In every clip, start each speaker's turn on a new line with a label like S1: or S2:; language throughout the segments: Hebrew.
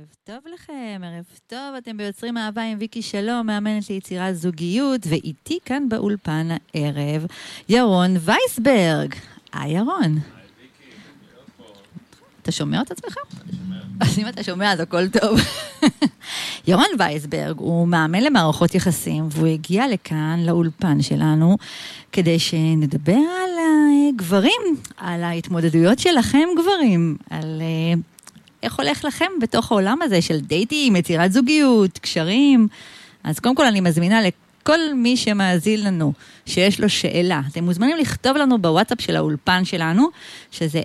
S1: ערב טוב לכם, ערב טוב, אתם ביוצרים אהבה עם ויקי שלום, מאמנת ליצירת זוגיות, ואיתי כאן באולפן הערב, ירון וייסברג. היי ירון.
S2: היי ויקי, להיות פה.
S1: אתה שומע את עצמך?
S2: שומע.
S1: אז אם אתה שומע, אז הכל טוב. ירון וייסברג הוא מאמן למערכות יחסים, והוא הגיע לכאן לאולפן שלנו, כדי שנדבר על הגברים, על ההתמודדויות שלכם גברים, על איך הולך לכם בתוך העולם הזה של דייטים, יצירת זוגיות, קשרים. אז קודם כל אני מזמינה לכל מי שמאזין לנו, שיש לו שאלה. אתם מוזמנים לכתוב לנו בוואטסאפ של האולפן שלנו, שזה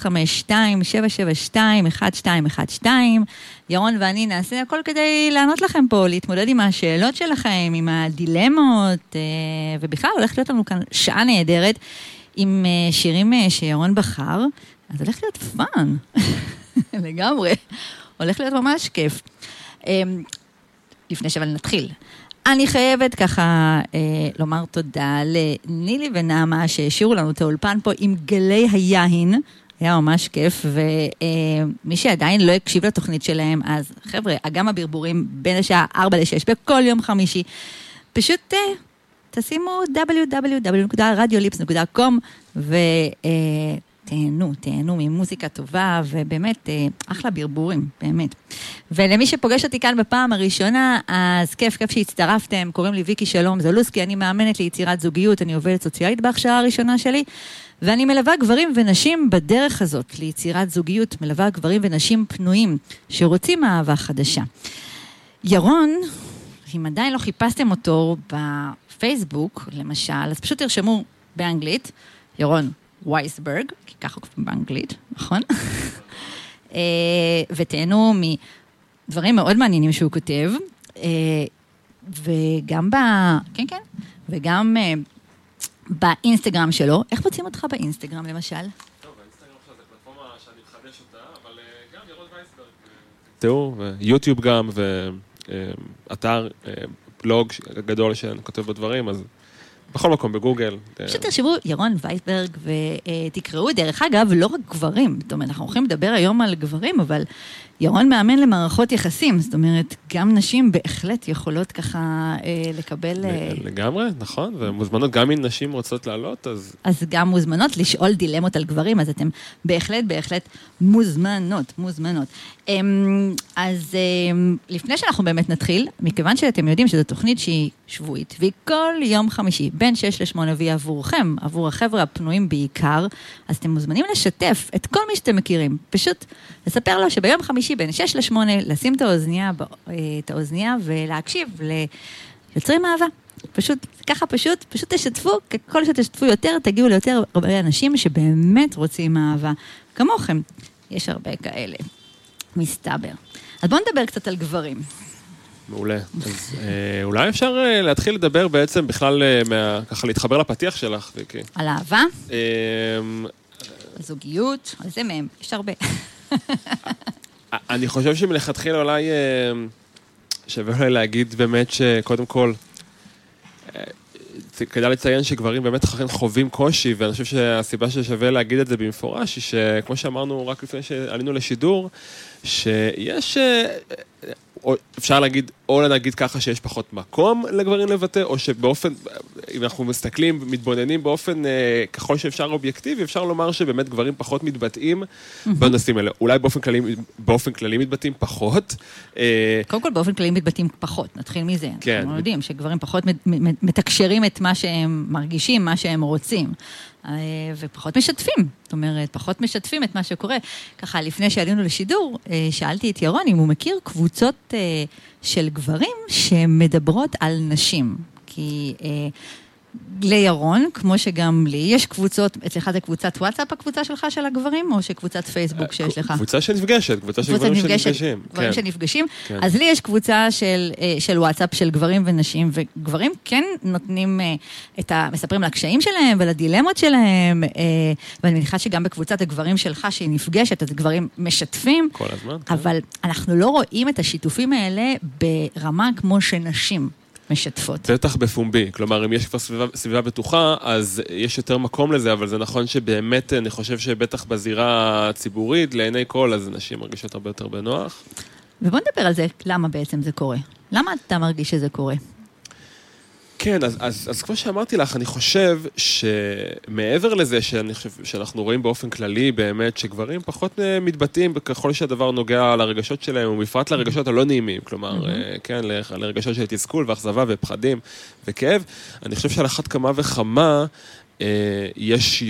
S1: 052-772-1212. ירון ואני נעשה הכל כדי לענות לכם פה, להתמודד עם השאלות שלכם, עם הדילמות, ובכלל הולך להיות לנו כאן שעה נהדרת, עם שירים שירון בחר, אז הולך להיות פאן. לגמרי. הולך להיות ממש כיף. לפני נתחיל. אני חייבת ככה לומר תודה לנילי ונעמה שהשאירו לנו את האולפן פה עם גלי היין. היה ממש כיף, ומי שעדיין לא הקשיב לתוכנית שלהם, אז חבר'ה, אגם הברבורים בין השעה 4 ל-6 בכל יום חמישי. פשוט תשימו www.radiolips.com תהנו ממוזיקה טובה, ובאמת, אחלה ברבורים, באמת. ולמי שפוגש אותי כאן בפעם הראשונה, אז כיף שהצטרפתם, קוראים לי ויקי שלום זלוסקי, אני מאמנת ליצירת זוגיות, אני עובדת סוציאלית בהכשרה הראשונה שלי, ואני מלווה גברים ונשים בדרך הזאת, ליצירת זוגיות, מלווה גברים ונשים פנויים, שרוצים אהבה חדשה. ירון, אם עדיין לא חיפשתם אותו בפייסבוק, למשל, אז פשוט תרשמו באנגלית, ירון וייסברג, כי ככה כותבים באנגלית, נכון? ותהנו מדברים מאוד מעניינים שהוא כותב, וגם וגם באינסטגרם שלו. איך מוצאים אותך באינסטגרם, למשל?
S2: טוב, באינסטגרם שלו זה פלטפורמה שאני מחדש אותה, אבל גם ירון וייסברג. תראו, ויוטיוב גם, ואתר, בלוג גדול שאני כותב בדברים, אז בכל מקום, בגוגל.
S1: פשוט תרשבו ירון וייסברג ותקראו, דרך אגב, לא רק גברים, זאת אומרת, אנחנו הולכים לדבר היום על גברים, אבל ירון מאמן למערכות יחסים, זאת אומרת, גם נשים בהחלט יכולות ככה לקבל...
S2: לגמרי, נכון, ומוזמנות גם אם נשים רוצות לעלות, אז...
S1: אז גם מוזמנות לשאול דילמות על גברים, אז אתם בהחלט מוזמנות. אז לפני שאנחנו באמת נתחיל, מכיוון שאתם יודעים שזו תוכנית שהיא שבועית, והיא כל יום חמישי, בין 6 ל-8, והיא עבורכם, עבור החבר'ה הפנויים בעיקר, אז אתם מוזמנים לשתף את כל מי שאתם מכירים, פשוט לספר לו שביום חמישי בין 6 ל-8, לשים את האוזנייה ולהקשיב ליוצרים אהבה. פשוט תשתפו, ככל שתשתפו יותר, תגיעו ליותר הרבה אנשים שבאמת רוצים אהבה. כמוכם, יש הרבה כאלה. מסתבר. אז בואו נדבר קצת על גברים.
S2: מעולה. אז אולי אפשר להתחיל לדבר בעצם בכלל, ככה להתחבר לפתיח שלך, ויקי.
S1: על אהבה? על זוגיות, על זה מהם, יש הרבה.
S2: אני חושב שמלכתחילה אולי שווה אולי להגיד באמת שקודם כל, כדאי לציין שגברים באמת חווים קושי, ואני חושב שהסיבה ששווה להגיד את זה במפורש, היא שכמו שאמרנו רק לפני שעלינו לשידור, שיש, אפשר להגיד, או להגיד ככה שיש פחות מקום לגברים לבטא, או שבאופן, אם אנחנו מסתכלים, מתבוננים באופן, ככל שאפשר אובייקטיבי, אפשר לומר שבאמת גברים פחות מתבטאים בנושאים האלה. אולי באופן כללי מתבטאים פחות.
S1: קודם כל באופן כללי מתבטאים פחות, נתחיל מזה.
S2: כן.
S1: אנחנו יודעים שגברים פחות מתקשרים את מה שהם מרגישים, מה שהם רוצים. ופחות משתפים, זאת אומרת, פחות משתפים את מה שקורה. ככה, לפני שעלינו לשידור, שאלתי את ירון אם הוא מכיר קבוצות של גברים שמדברות על נשים. כי לירון, כמו שגם לי, יש קבוצות, אצלך זה קבוצת וואטסאפ, הקבוצה שלך של הגברים, או שקבוצת פייסבוק שיש לך?
S2: קבוצה שנפגשת, קבוצה של גברים שנפגשים.
S1: גברים שנפגשים. אז לי יש קבוצה של וואטסאפ של גברים ונשים, וגברים כן נותנים מספרים על הקשיים שלהם ולדילמות שלהם, ואני מניחה שגם בקבוצת הגברים שלך שהיא נפגשת, אז גברים משתפים.
S2: כל הזמן.
S1: אבל אנחנו לא רואים את השיתופים האלה ברמה כמו שנשים משתפות.
S2: בטח בפומבי, כלומר, אם יש כבר סביבה בטוחה, אז יש יותר מקום לזה, אבל זה נכון שבאמת, אני חושב שבטח בזירה הציבורית, לעיני כל, אז נשים מרגישות הרבה יותר בנוח.
S1: ובוא נדבר על זה, למה בעצם זה קורה. למה אתה מרגיש שזה קורה?
S2: כן, אז כמו שאמרתי לך, אני חושב שמעבר לזה שאנחנו רואים באופן כללי באמת שגברים פחות מתבטאים ככל שהדבר נוגע לרגשות שלהם, ובפרט לרגשות הלא נעימים, כלומר, כן, לרגשות של תסכול ואכזבה ופחדים וכאב. אני חושב שעל אחת כמה וכמה יש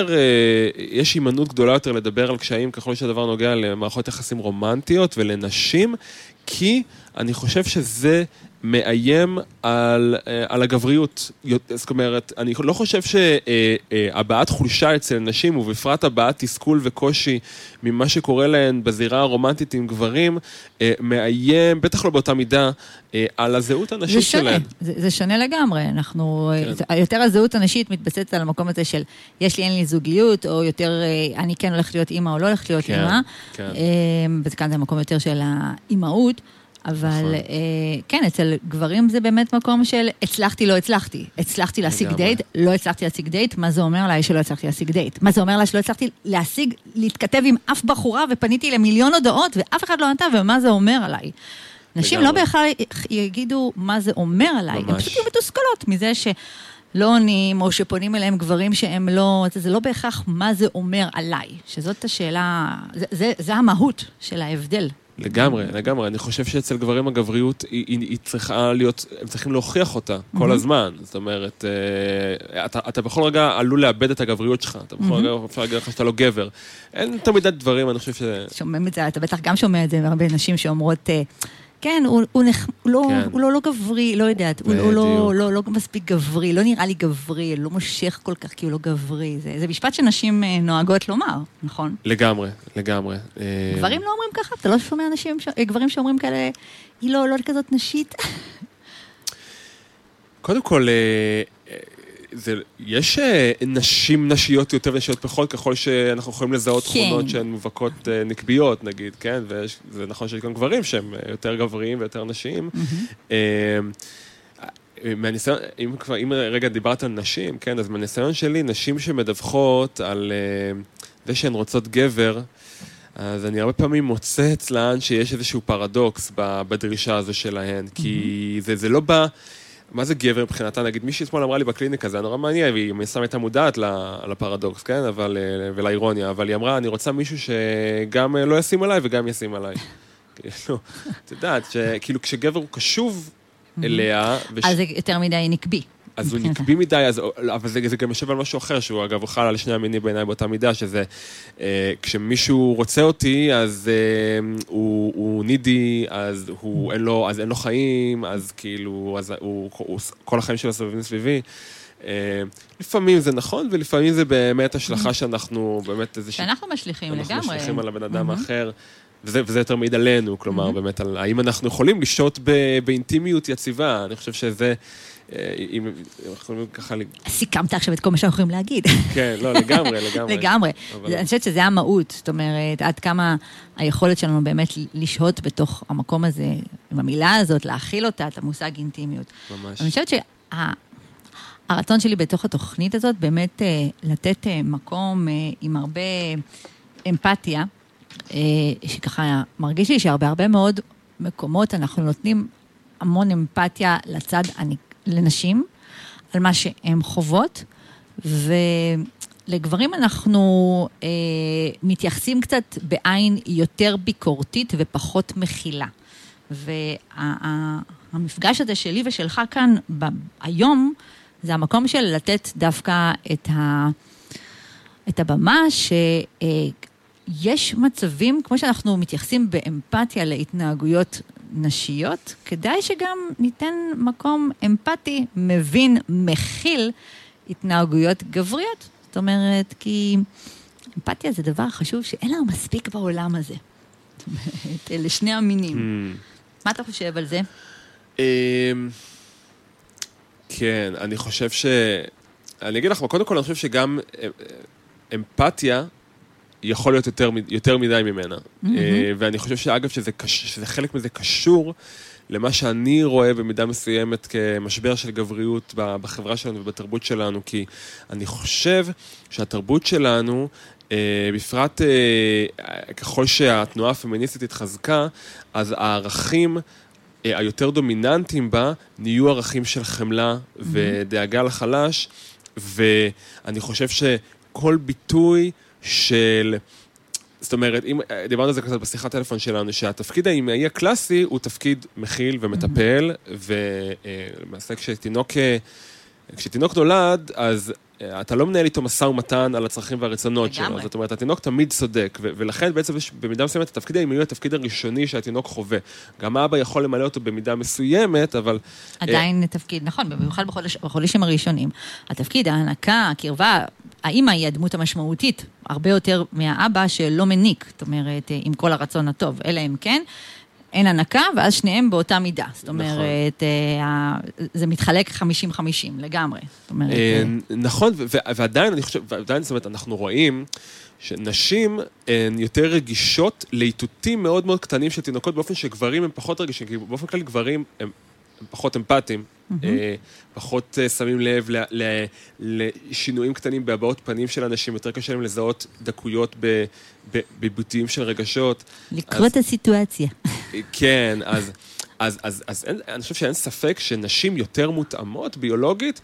S2: הימנעות גדולה יותר לדבר על קשיים ככל שהדבר נוגע למערכות יחסים רומנטיות ולנשים, כי אני חושב שזה מאיים על הגבריות. זאת אומרת, אני לא חושב שהבעת חולשה אצל נשים, ובפרט הבעת תסכול וקושי ממה שקורה להן בזירה הרומנטית עם גברים, מאיים, בטח לא באותה מידה, על הזהות הנשית שלהן.
S1: זה שונה לגמרי. יותר הזהות הנשית מתבססת על המקום הזה של יש לי, אין לי זוגיות, או יותר אני כן הולכת להיות אימא או לא הולכת להיות אימא. וכאן זה המקום יותר של האימהות. אבל כן, אצל גברים זה באמת מקום של הצלחתי, לא הצלחתי. הצלחתי להשיג דייט, לא הצלחתי להשיג דייט. מה זה אומר עליי שלא הצלחתי להשיג דייט? מה זה אומר עליי שלא הצלחתי להתכתב עם אף בחורה, ופניתי למיליון הודעות, ואף אחד לא ענתה, ומה זה אומר עליי? נשים לא בכלל יגידו מה זה אומר עליי. הם פשוט יהיו מתוסכלות מזה שלא עונים, או שפונים אליהם גברים שהם לא, זה לא בהכרח מה זה אומר עליי. שזאת השאלה, זה המהות של ההבדל.
S2: לגמרי, לגמרי. אני חושב שאצל גברים הגבריות היא צריכה להיות, הם צריכים להוכיח אותה כל הזמן. זאת אומרת, אתה בכל רגע עלול לאבד את הגבריות שלך. אתה בכל רגע אפשר להגיד לך שאתה לא גבר. אין תמיד דברים, אני חושב ש...
S1: שומעים את זה, אתה בטח גם שומע את זה מהרבה נשים שאומרות... כן, הוא לא גברי, לא יודעת, הוא לא מספיק גברי, לא נראה לי גברי, לא מושך כל כך כי הוא לא גברי. זה משפט שנשים נוהגות לומר, נכון?
S2: לגמרי, לגמרי.
S1: גברים לא אומרים ככה? אתה לא שומע גברים שאומרים כאלה, היא לא כזאת נשית?
S2: קודם כל, יש נשים נשיות יותר ונשיות פחות, ככל שאנחנו יכולים לזהות תכונות שהן מובהקות נקביות, נגיד, כן? וזה נכון שיש גם גברים שהם יותר גבריים ויותר נשיים. מהניסיון, אם רגע דיברת על נשים, כן? אז מהניסיון שלי, נשים שמדווחות על זה שהן רוצות גבר, אז אני הרבה פעמים מוצא אצלן שיש איזשהו פרדוקס בדרישה הזו שלהן, כי זה לא בא... מה זה גבר מבחינתה? נגיד, מישהי אתמול אמרה לי בקליניקה, זה נורא מעניין, והיא מסתם הייתה מודעת לפרדוקס, כן? ולאירוניה, אבל היא אמרה, אני רוצה מישהו שגם לא ישים עליי וגם ישים עליי. כאילו, את יודעת, כאילו כשגבר הוא קשוב אליה...
S1: אז זה יותר מדי נקבי.
S2: אז הוא נקבי מדי, אבל זה גם יושב על משהו אחר, שהוא אגב אוכל על שני המינים בעיניי באותה מידה, שזה כשמישהו רוצה אותי, אז הוא נידי, אז אין לו חיים, אז כאילו, כל החיים שלו סובבים סביבי. לפעמים זה נכון, ולפעמים זה באמת השלכה שאנחנו באמת
S1: שאנחנו משליכים לגמרי.
S2: אנחנו משליכים על הבן אדם האחר, וזה יותר מעיד עלינו, כלומר, באמת, האם אנחנו יכולים לשהות באינטימיות יציבה, אני חושב שזה... אם יכולים ככה...
S1: סיכמת עכשיו את כל מה שאנחנו יכולים להגיד.
S2: כן, לא, לגמרי.
S1: לגמרי. אני חושבת שזה המהות, זאת אומרת, עד כמה היכולת שלנו באמת לשהות בתוך המקום הזה, עם המילה הזאת, להכיל אותה, את המושג אינטימיות.
S2: ממש.
S1: אני חושבת שהרצון שלי בתוך התוכנית הזאת, באמת לתת מקום עם הרבה אמפתיה, שככה מרגיש לי שהרבה מאוד מקומות אנחנו נותנים המון אמפתיה לצד לנשים, על מה שהן חוות, ולגברים אנחנו מתייחסים קצת בעין יותר ביקורתית ופחות מכילה. והמפגש הזה שלי ושלך כאן היום, זה המקום של לתת דווקא את הבמה שיש מצבים, כמו שאנחנו מתייחסים באמפתיה להתנהגויות נשיות, כדאי שגם ניתן מקום אמפתי, מבין, מכיל התנהגויות גבריות. זאת אומרת, כי אמפתיה זה דבר חשוב שאין לנו מספיק בעולם הזה. זאת אומרת, לשני המינים. מה אתה חושב על זה?
S2: כן, אני חושב אני אגיד לך, קודם כל אני חושב שגם אמפתיה יכול להיות יותר מדי ממנה. ואני חושב שאגב שזה חלק מזה קשור למה שאני רואה במידה מסוימת כמשבר של גבריות בחברה שלנו ובתרבות שלנו, כי אני חושב שהתרבות שלנו בפרט ככל שהתנועה הפמיניסטית התחזקה, אז הערכים היותר דומיננטיים בה נהיו ערכים של חמלה ודאגה לחלש, ואני חושב שכל ביטוי של... זאת אומרת, אם דיברנו על זה קצת בשיחת טלפון שלנו, שהתפקיד האמאי הקלאסי הוא תפקיד מכיל ומטפל, ולמעשה כשתינוק נולד, אז אתה לא מנהל איתו משא ומתן על הצרכים והרצונות שלו. זאת אומרת, התינוק תמיד צודק, ולכן בעצם במידה מסוימת התפקיד האמאי הוא התפקיד הראשוני שהתינוק חווה. גם האבא יכול למלא אותו במידה מסוימת, אבל...
S1: עדיין תפקיד, נכון, במיוחד בחודשים הראשונים. התפקיד, ההנקה, הקרבה, האמא היא הדמות המשמעותית, הרבה יותר מהאבא שלא מניק, זאת אומרת, עם כל הרצון הטוב, אלא אם כן, אין הנקה, ואז שניהם באותה מידה. זאת אומרת, זה מתחלק 50-50 לגמרי.
S2: נכון, ועדיין, אני חושב, ועדיין, זאת אומרת, אנחנו רואים שנשים הן יותר רגישות לאיתותים מאוד מאוד קטנים של תינוקות, באופן שגברים הם פחות רגישים, כי באופן כלל גברים הם פחות אמפתיים, פחות שמים לב לשינויים קטנים בהבעות פנים של אנשים, יותר קשה להם לזהות דקויות בביטויים של רגשות.
S1: לקרוא את הסיטואציה.
S2: כן, אז אני חושב שאין ספק שנשים יותר מותאמות ביולוגית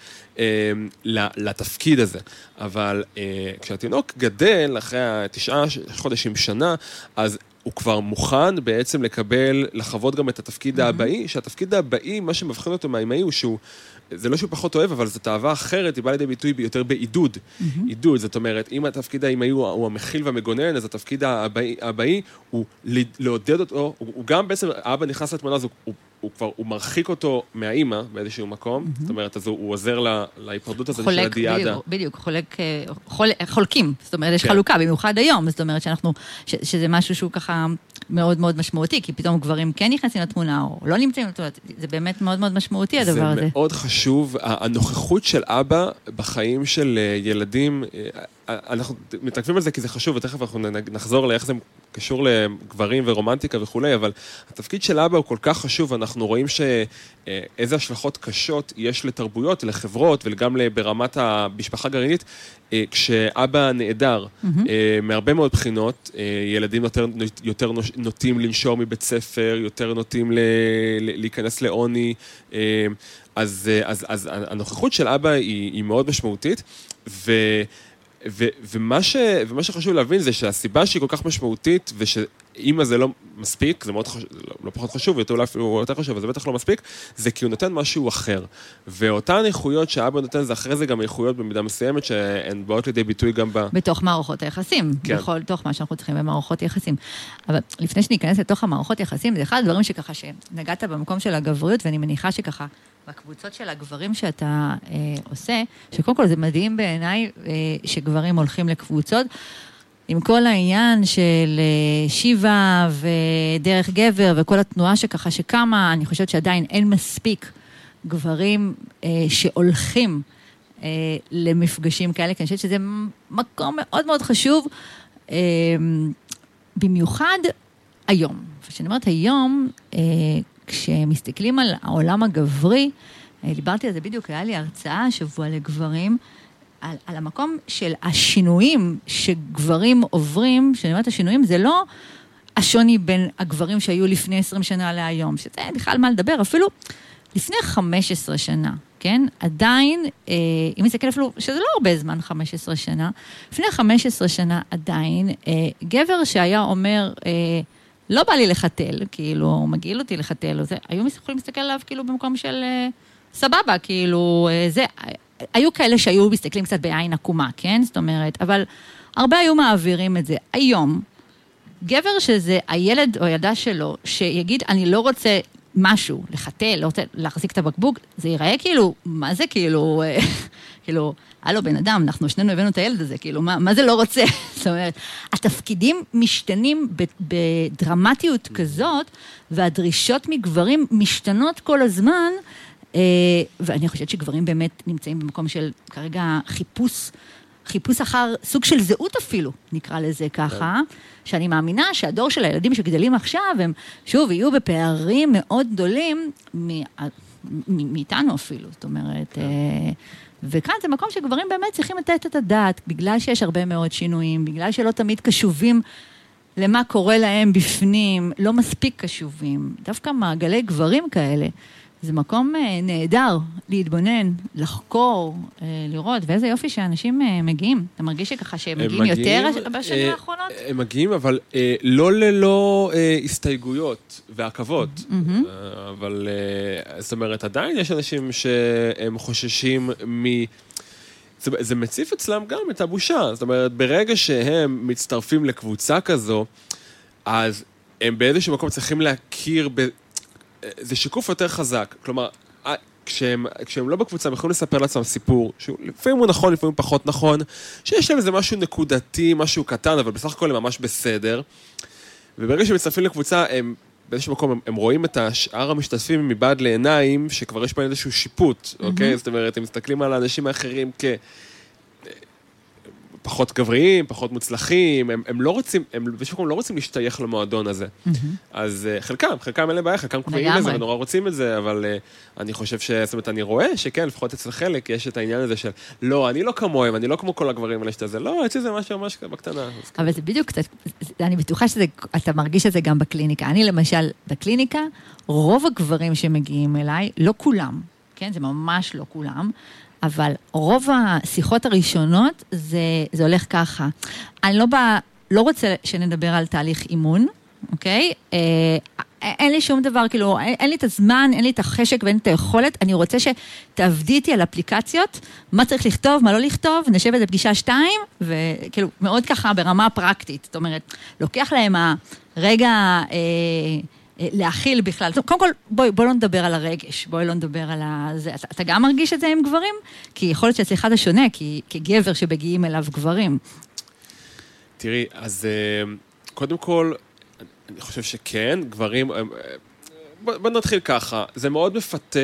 S2: לתפקיד הזה. אבל כשהתינוק גדל אחרי 9 חודשים שנה, אז הוא כבר מוכן בעצם לחוות גם את התפקיד האבאי, שהתפקיד האבאי, מה שמבחין אותו מהאמאי הוא שהוא, זה לא שהוא פחות אוהב, אבל זאת אהבה אחרת, היא באה לידי ביטוי יותר בעידוד. עידוד, זאת אומרת, אם התפקיד האמאי הוא המכיל והמגונן, אז התפקיד האבאי הוא לעודד אותו, הוא גם בעצם, האבא נכנס לתמונה, אז הוא מרחיק אותו מהאמא באיזשהו מקום, זאת אומרת, אז הוא עוזר להיפרדות הזאת של הדיאדה.
S1: בדיוק, חולקים, זאת אומרת, יש חלוקה, במיוחד היום, זאת אומרת שזה משהו שהוא ככה מאוד מאוד משמעותי, כי פתאום גברים כן נכנסים לתמונה, או לא נמצאים לתמונה, זה באמת מאוד מאוד משמעותי הדבר הזה.
S2: זה מאוד חשוב, הנוכחות של אבא בחיים של ילדים, אנחנו מתעכבים על זה כי זה חשוב, ותכף אנחנו נחזור לאיך זה קשור לגברים ורומנטיקה וכולי, אבל התפקיד של אבא הוא כל כך חשוב, אנחנו רואים שאיזה השלכות קשות יש לתרבויות, לחברות, וגם ברמת המשפחה גרעינית, כשאבא נעדר, מהרבה מאוד בחינות, ילדים יותר נוטים לנשור מבית ספר, יותר נוטים להיכנס לעוני, אז הנוכחות של אבא היא מאוד משמעותית, ומה שחשוב להבין זה שהסיבה שהיא כל כך משמעותית, ושאמא זה לא מספיק, זה מאוד חשוב, לא פחות חשוב, אולי אפילו יותר חשוב, אבל זה בטח לא מספיק, זה כי הוא נותן משהו אחר. ואותן איכויות שהאבא נותן, זה אחרי זה גם איכויות במידה מסוימת, שהן באות לידי ביטוי גם
S1: בתוך מערכות היחסים, בכל תוך מה שאנחנו צריכים במערכות יחסים. אבל לפני שניכנס לתוך המערכות יחסים, זה אחד הדברים שככה שנגעת במקום של הגבריות, ואני מניחה שככה בקבוצות של הגברים שאתה עושה, שקודם כל זה מדהים בעיניי שגברים הולכים לקבוצות, עם כל העניין של שיבה ודרך גבר וכל התנועה שככה שקמה, אני חושבת שעדיין אין מספיק גברים שהולכים למפגשים כאלה, כי אני חושבת שזה מקום מאוד מאוד חשוב, במיוחד היום. וכשאני אומרת היום, כשמסתכלים על העולם הגברי, דיברתי על זה בדיוק, היה לי הרצאה שבוע לגברים, על המקום של השינויים שגברים עוברים, שאני אומרת השינויים, זה לא השוני בין הגברים שהיו לפני 20 שנה להיום, שזה בכלל מה לדבר, אפילו לפני 15 שנה, כן? עדיין, אם נסתכל אפילו, שזה לא הרבה זמן, 15 שנה, לפני 15 שנה עדיין, גבר שהיה אומר, לא בא לי לחתל, כאילו, מגעיל אותי לחתל, היו יכולים להסתכל עליו כאילו במקום של סבבה, כאילו, זה, היו כאלה שהיו מסתכלים קצת בעין עקומה, כן? זאת אומרת, אבל הרבה היו מעבירים את זה. היום, גבר שזה הילד או הילדה שלו, שיגיד, אני לא רוצה משהו, לחתל, לא רוצה להחזיק את הבקבוק, זה ייראה כאילו, מה זה כאילו, כאילו, הלו בן אדם, אנחנו שנינו הבאנו את הילד הזה, כאילו, מה זה לא רוצה? זאת אומרת, התפקידים משתנים בדרמטיות כזאת, והדרישות מגברים משתנות כל הזמן, ואני חושבת שגברים באמת נמצאים במקום של כרגע חיפוש אחר סוג של זהות אפילו, נקרא לזה ככה, שאני מאמינה שהדור של הילדים שגדלים עכשיו, הם שוב יהיו בפערים מאוד גדולים מאיתנו אפילו, זאת אומרת, וכאן זה מקום שגברים באמת צריכים לתת את הדעת, בגלל שיש הרבה מאוד שינויים, בגלל שלא תמיד קשובים למה קורה להם בפנים, לא מספיק קשובים, דווקא מעגלי גברים כאלה, זה מקום נהדר להתבונן, לחקור, לראות, ואיזה יופי שאנשים מגיעים. אתה מרגיש שככה שהם מגיעים יותר בשנים האחרונות?
S2: הם מגיעים, אבל לא ללא הסתייגויות ועכבות. אבל, זאת אומרת, עדיין יש אנשים שהם חוששים זה מציף אצלם גם את הבושה. זאת אומרת, ברגע שהם מצטרפים לקבוצה כזו, אז הם באיזשהו מקום צריכים להכיר זה שיקוף יותר חזק, כלומר, כשהם לא בקבוצה, הם יכולים לספר לעצמם סיפור, שלפעמים הוא נכון, לפעמים פחות נכון, שיש להם איזה משהו נקודתי, משהו קטן, אבל בסך הכל הם ממש בסדר, וברגע שהם מצטרפים לקבוצה, הם באיזשהו מקום, הם רואים את השאר המשתתפים מבעד לעיניים, שכבר יש בהם איזשהו שיפוט, אוקיי? זאת אומרת, הם מסתכלים על האנשים האחרים פחות גבריים, פחות מוצלחים, הם לא רוצים, הם לא רוצים להשתייך למועדון הזה. אז חלקם אין להם בעיה, חלקם קבעים לזה ונורא רוצים את זה, אבל אני חושב זאת אומרת, אני רואה שכן, לפחות אצל חלק, יש את העניין הזה של, לא, אני לא כמוהם, אני לא כמו כל הגברים האלה שזה, לא, אצלי זה משהו ממש בקטנה.
S1: אבל זה בדיוק קצת, אני בטוחה שאתה מרגיש את זה גם בקליניקה. אני למשל, בקליניקה, רוב הגברים שמגיעים אליי, לא כולם, כן, זה ממש לא כולם, אבל רוב השיחות הראשונות זה הולך ככה. אני לא רוצה שנדבר על תהליך אימון, אוקיי? אין לי שום דבר, כאילו, אין לי את הזמן, אין לי את החשק ואין לי את היכולת, אני רוצה שתעבדי איתי על אפליקציות, מה צריך לכתוב, מה לא לכתוב, נשב את זה פגישה 2, וכאילו, מאוד ככה ברמה פרקטית, זאת אומרת, לוקח להם הרגע להכיל בכלל. קודם כל, בואי לא נדבר על הרגש, בואי לא נדבר על זה. אתה גם מרגיש את זה עם גברים? כי יכול להיות שאצלך זה שונה, כגבר שבגיעים אליו גברים.
S2: תראי, אז קודם כל, אני חושב שכן, גברים, בוא נתחיל ככה, זה מאוד מפתה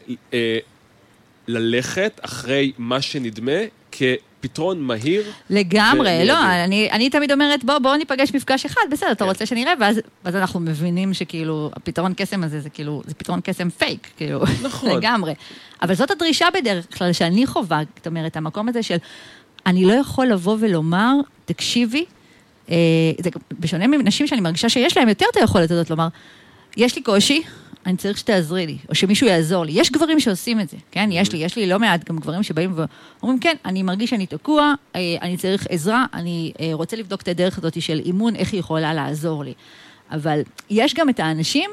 S2: ללכת אחרי מה שנדמה כפתרון מהיר.
S1: לגמרי, לא, אני תמיד אומרת, בוא ניפגש מפגש אחד, בסדר, אתה רוצה שנראה, ואז אנחנו מבינים שכאילו, הפתרון קסם הזה, זה כאילו, זה פתרון קסם פייק, כאילו, לגמרי. אבל זאת הדרישה בדרך כלל שאני חובה, זאת אומרת, המקום הזה של, אני לא יכול לבוא ולומר, תקשיבי, בשונה מנשים שאני מרגישה שיש להם יותר את היכולת הזאת לומר, יש לי קושי, אני צריך שתעזרי לי, או שמישהו יעזור לי. יש גברים שעושים את זה, כן? יש לי לא מעט גם גברים שבאים ואומרים, כן, אני מרגיש שאני תקוע, אני צריך עזרה, אני רוצה לבדוק את הדרך הזאת של אימון, איך היא יכולה לעזור לי. אבל יש גם את האנשים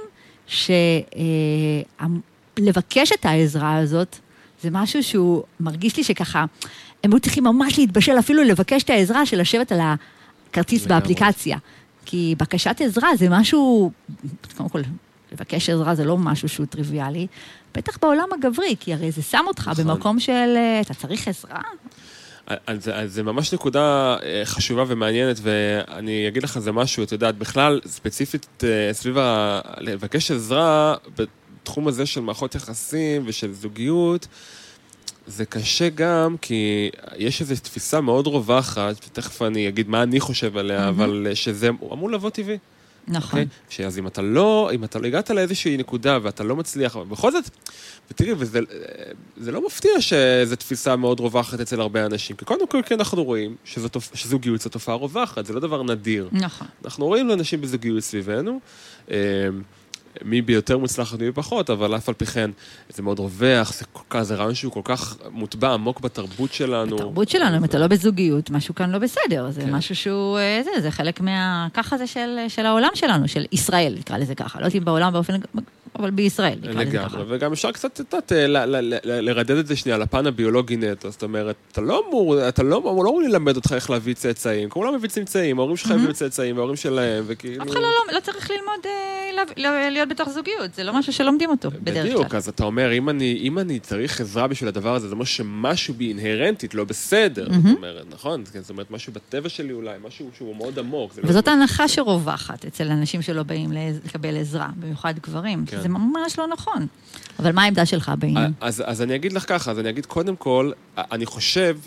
S1: שלבקש את העזרה הזאת, זה משהו שהוא מרגיש לי שככה, הם לא צריכים ממש להתבשל, אפילו לבקש את העזרה של לשבת על הכרטיס באפליקציה. כי בקשת עזרה זה משהו, קודם כל, לבקש עזרה זה לא משהו שהוא טריוויאלי, בטח בעולם הגברי, כי הרי זה שם אותך במקום של, אתה צריך עזרה?
S2: אז זה ממש נקודה חשובה ומעניינת, ואני אגיד לך זה משהו, את יודעת, בכלל, ספציפית סביב לבקש עזרה, בתחום הזה של מערכות יחסים ושל זוגיות, זה קשה גם, כי יש איזו תפיסה מאוד רווחת, ותכף אני אגיד מה אני חושב עליה, אבל שזה אמור לבוא טבעי.
S1: נכון.
S2: אז אם אתה לא הגעת לאיזושהי נקודה, ואתה לא מצליח, בכל זאת, ותראי, זה לא מפתיע שזו תפיסה מאוד רווחת אצל הרבה אנשים, כי קודם כל כן אנחנו רואים שזוגיות זו תופעה רווחת, זה לא דבר נדיר.
S1: נכון.
S2: אנחנו רואים לאנשים בזוגיות סביבנו, מי ביותר מוצלחת מי פחות, אבל אף על פי כן, זה מאוד רווח, זה רעיון שהוא כל כך מוטבע עמוק בתרבות שלנו.
S1: בתרבות שלנו, אם אתה לא בזוגיות, משהו כאן לא בסדר, זה משהו שהוא, זה חלק ככה זה של העולם שלנו, של ישראל, נקרא לזה ככה, לא יודעים בעולם באופן, אבל בישראל, נקרא לזה ככה.
S2: וגם אפשר קצת לרדד את זה שנייה, לפן הביולוגי נטו, זאת אומרת, אתה לא אמור ללמד אותך איך להביא צאצאים, כולם מביא צאצאים, ההורים שלך הביאו צאצאים, וההורים שלהם, וכאילו... אף אחד
S1: לא צריך ללמוד להיות בתוך זוגיות, זה לא משהו שלומדים אותו בדרך כלל.
S2: בדיוק, אז אתה אומר, אם אני צריך עזרה בשביל הדבר הזה, זה אומר שמשהו בי אינהרנטית לא בסדר, זאת אומרת, נכון? זאת אומרת, משהו בטבע שלי אולי, משהו שהוא מאוד עמוק.
S1: וזאת ההנחה שרווחת אצל אנשים שלא באים לקבל עזרה, במיוחד גברים, זה ממש לא נכון. אבל מה העמדה שלך בעניין?
S2: אז אני אגיד לך ככה, אז אני אגיד קודם כל, אני חושב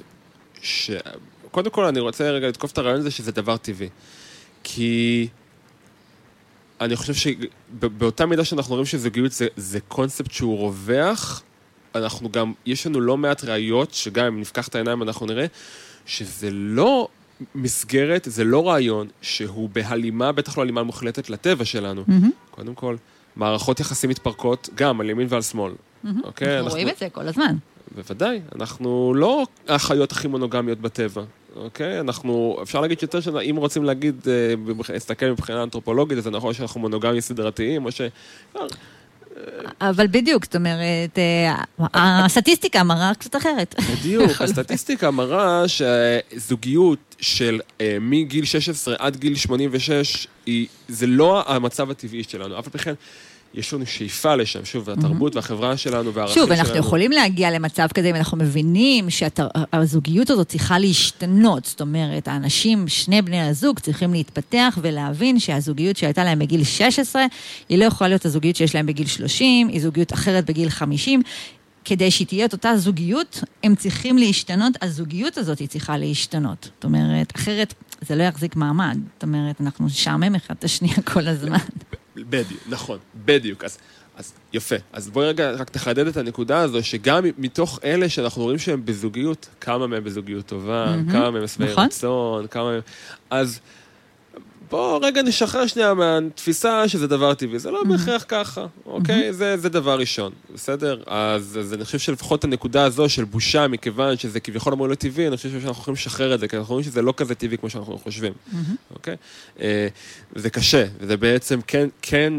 S2: קודם כל אני רוצה רגע לתקוף את הרעיון הזה שזה דבר טבעי. כי אני חושב שבאותה מידה שאנחנו רואים שזוגיות זה קונספט שהוא רווח, אנחנו גם, יש לנו לא מעט ראיות, שגם אם נפקח את העיניים אנחנו נראה, שזה לא מסגרת, זה לא רעיון, שהוא בהלימה, בטח לא הלימה מוחלטת לטבע שלנו. קודם כל, מערכות יחסים מתפרקות גם על ימין ועל שמאל.
S1: אנחנו רואים את זה כל הזמן.
S2: בוודאי, אנחנו לא החיות הכי מונוגמיות בטבע. אוקיי? אנחנו, אפשר להגיד יותר שאם רוצים להגיד, להסתכל מבחינה אנתרופולוגית, אז נכון שאנחנו מונוגמיים סדרתיים, או ש...
S1: אבל בדיוק, זאת אומרת, הסטטיסטיקה מראה קצת אחרת.
S2: בדיוק, הסטטיסטיקה מראה שזוגיות של מגיל 16 עד גיל 86, זה לא המצב הטבעי שלנו, אף על פי כן, יש לנו שאיפה לשם, שוב, התרבות והחברה שלנו והערכים שלנו.
S1: שוב, אנחנו יכולים להגיע למצב כזה, אם אנחנו מבינים שהזוגיות הזאת צריכה להשתנות, זאת אומרת, האנשים, שני בני הזוג, צריכים להתפתח ולהבין שהזוגיות שהייתה להם בגיל 16, היא לא יכולה להיות הזוגיות שיש להם בגיל 30, היא זוגיות אחרת בגיל 50, כדי שהיא תהיה את אותה זוגיות, הם צריכים להשתנות, הזוגיות הזאת היא צריכה להשתנות. זאת אומרת, אחרת זה לא יחזיק מעמד, זאת אומרת, אנחנו נשעמם אחד את השנייה כל הזמן.
S2: בדיוק, נכון, בדיוק. אז יפה. אז בואי רגע רק תחדד את הנקודה הזו, שגם מתוך אלה שאנחנו רואים שהם בזוגיות, כמה מהם בזוגיות טובה, כמה מהם שבעי רצון, כמה מהם... אז בואו רגע נשחרר שנייה מהתפיסה שזה דבר טבעי. זה לא בהכרח ככה, אוקיי? זה דבר ראשון, בסדר? אז אני חושב שלפחות הנקודה הזו של בושה, מכיוון שזה כביכול אמור להיות טבעי, אני חושב שאנחנו יכולים לשחרר את זה, כי אנחנו רואים שזה לא כזה טבעי כמו שאנחנו חושבים, אוקיי? זה קשה, וזה בעצם כן,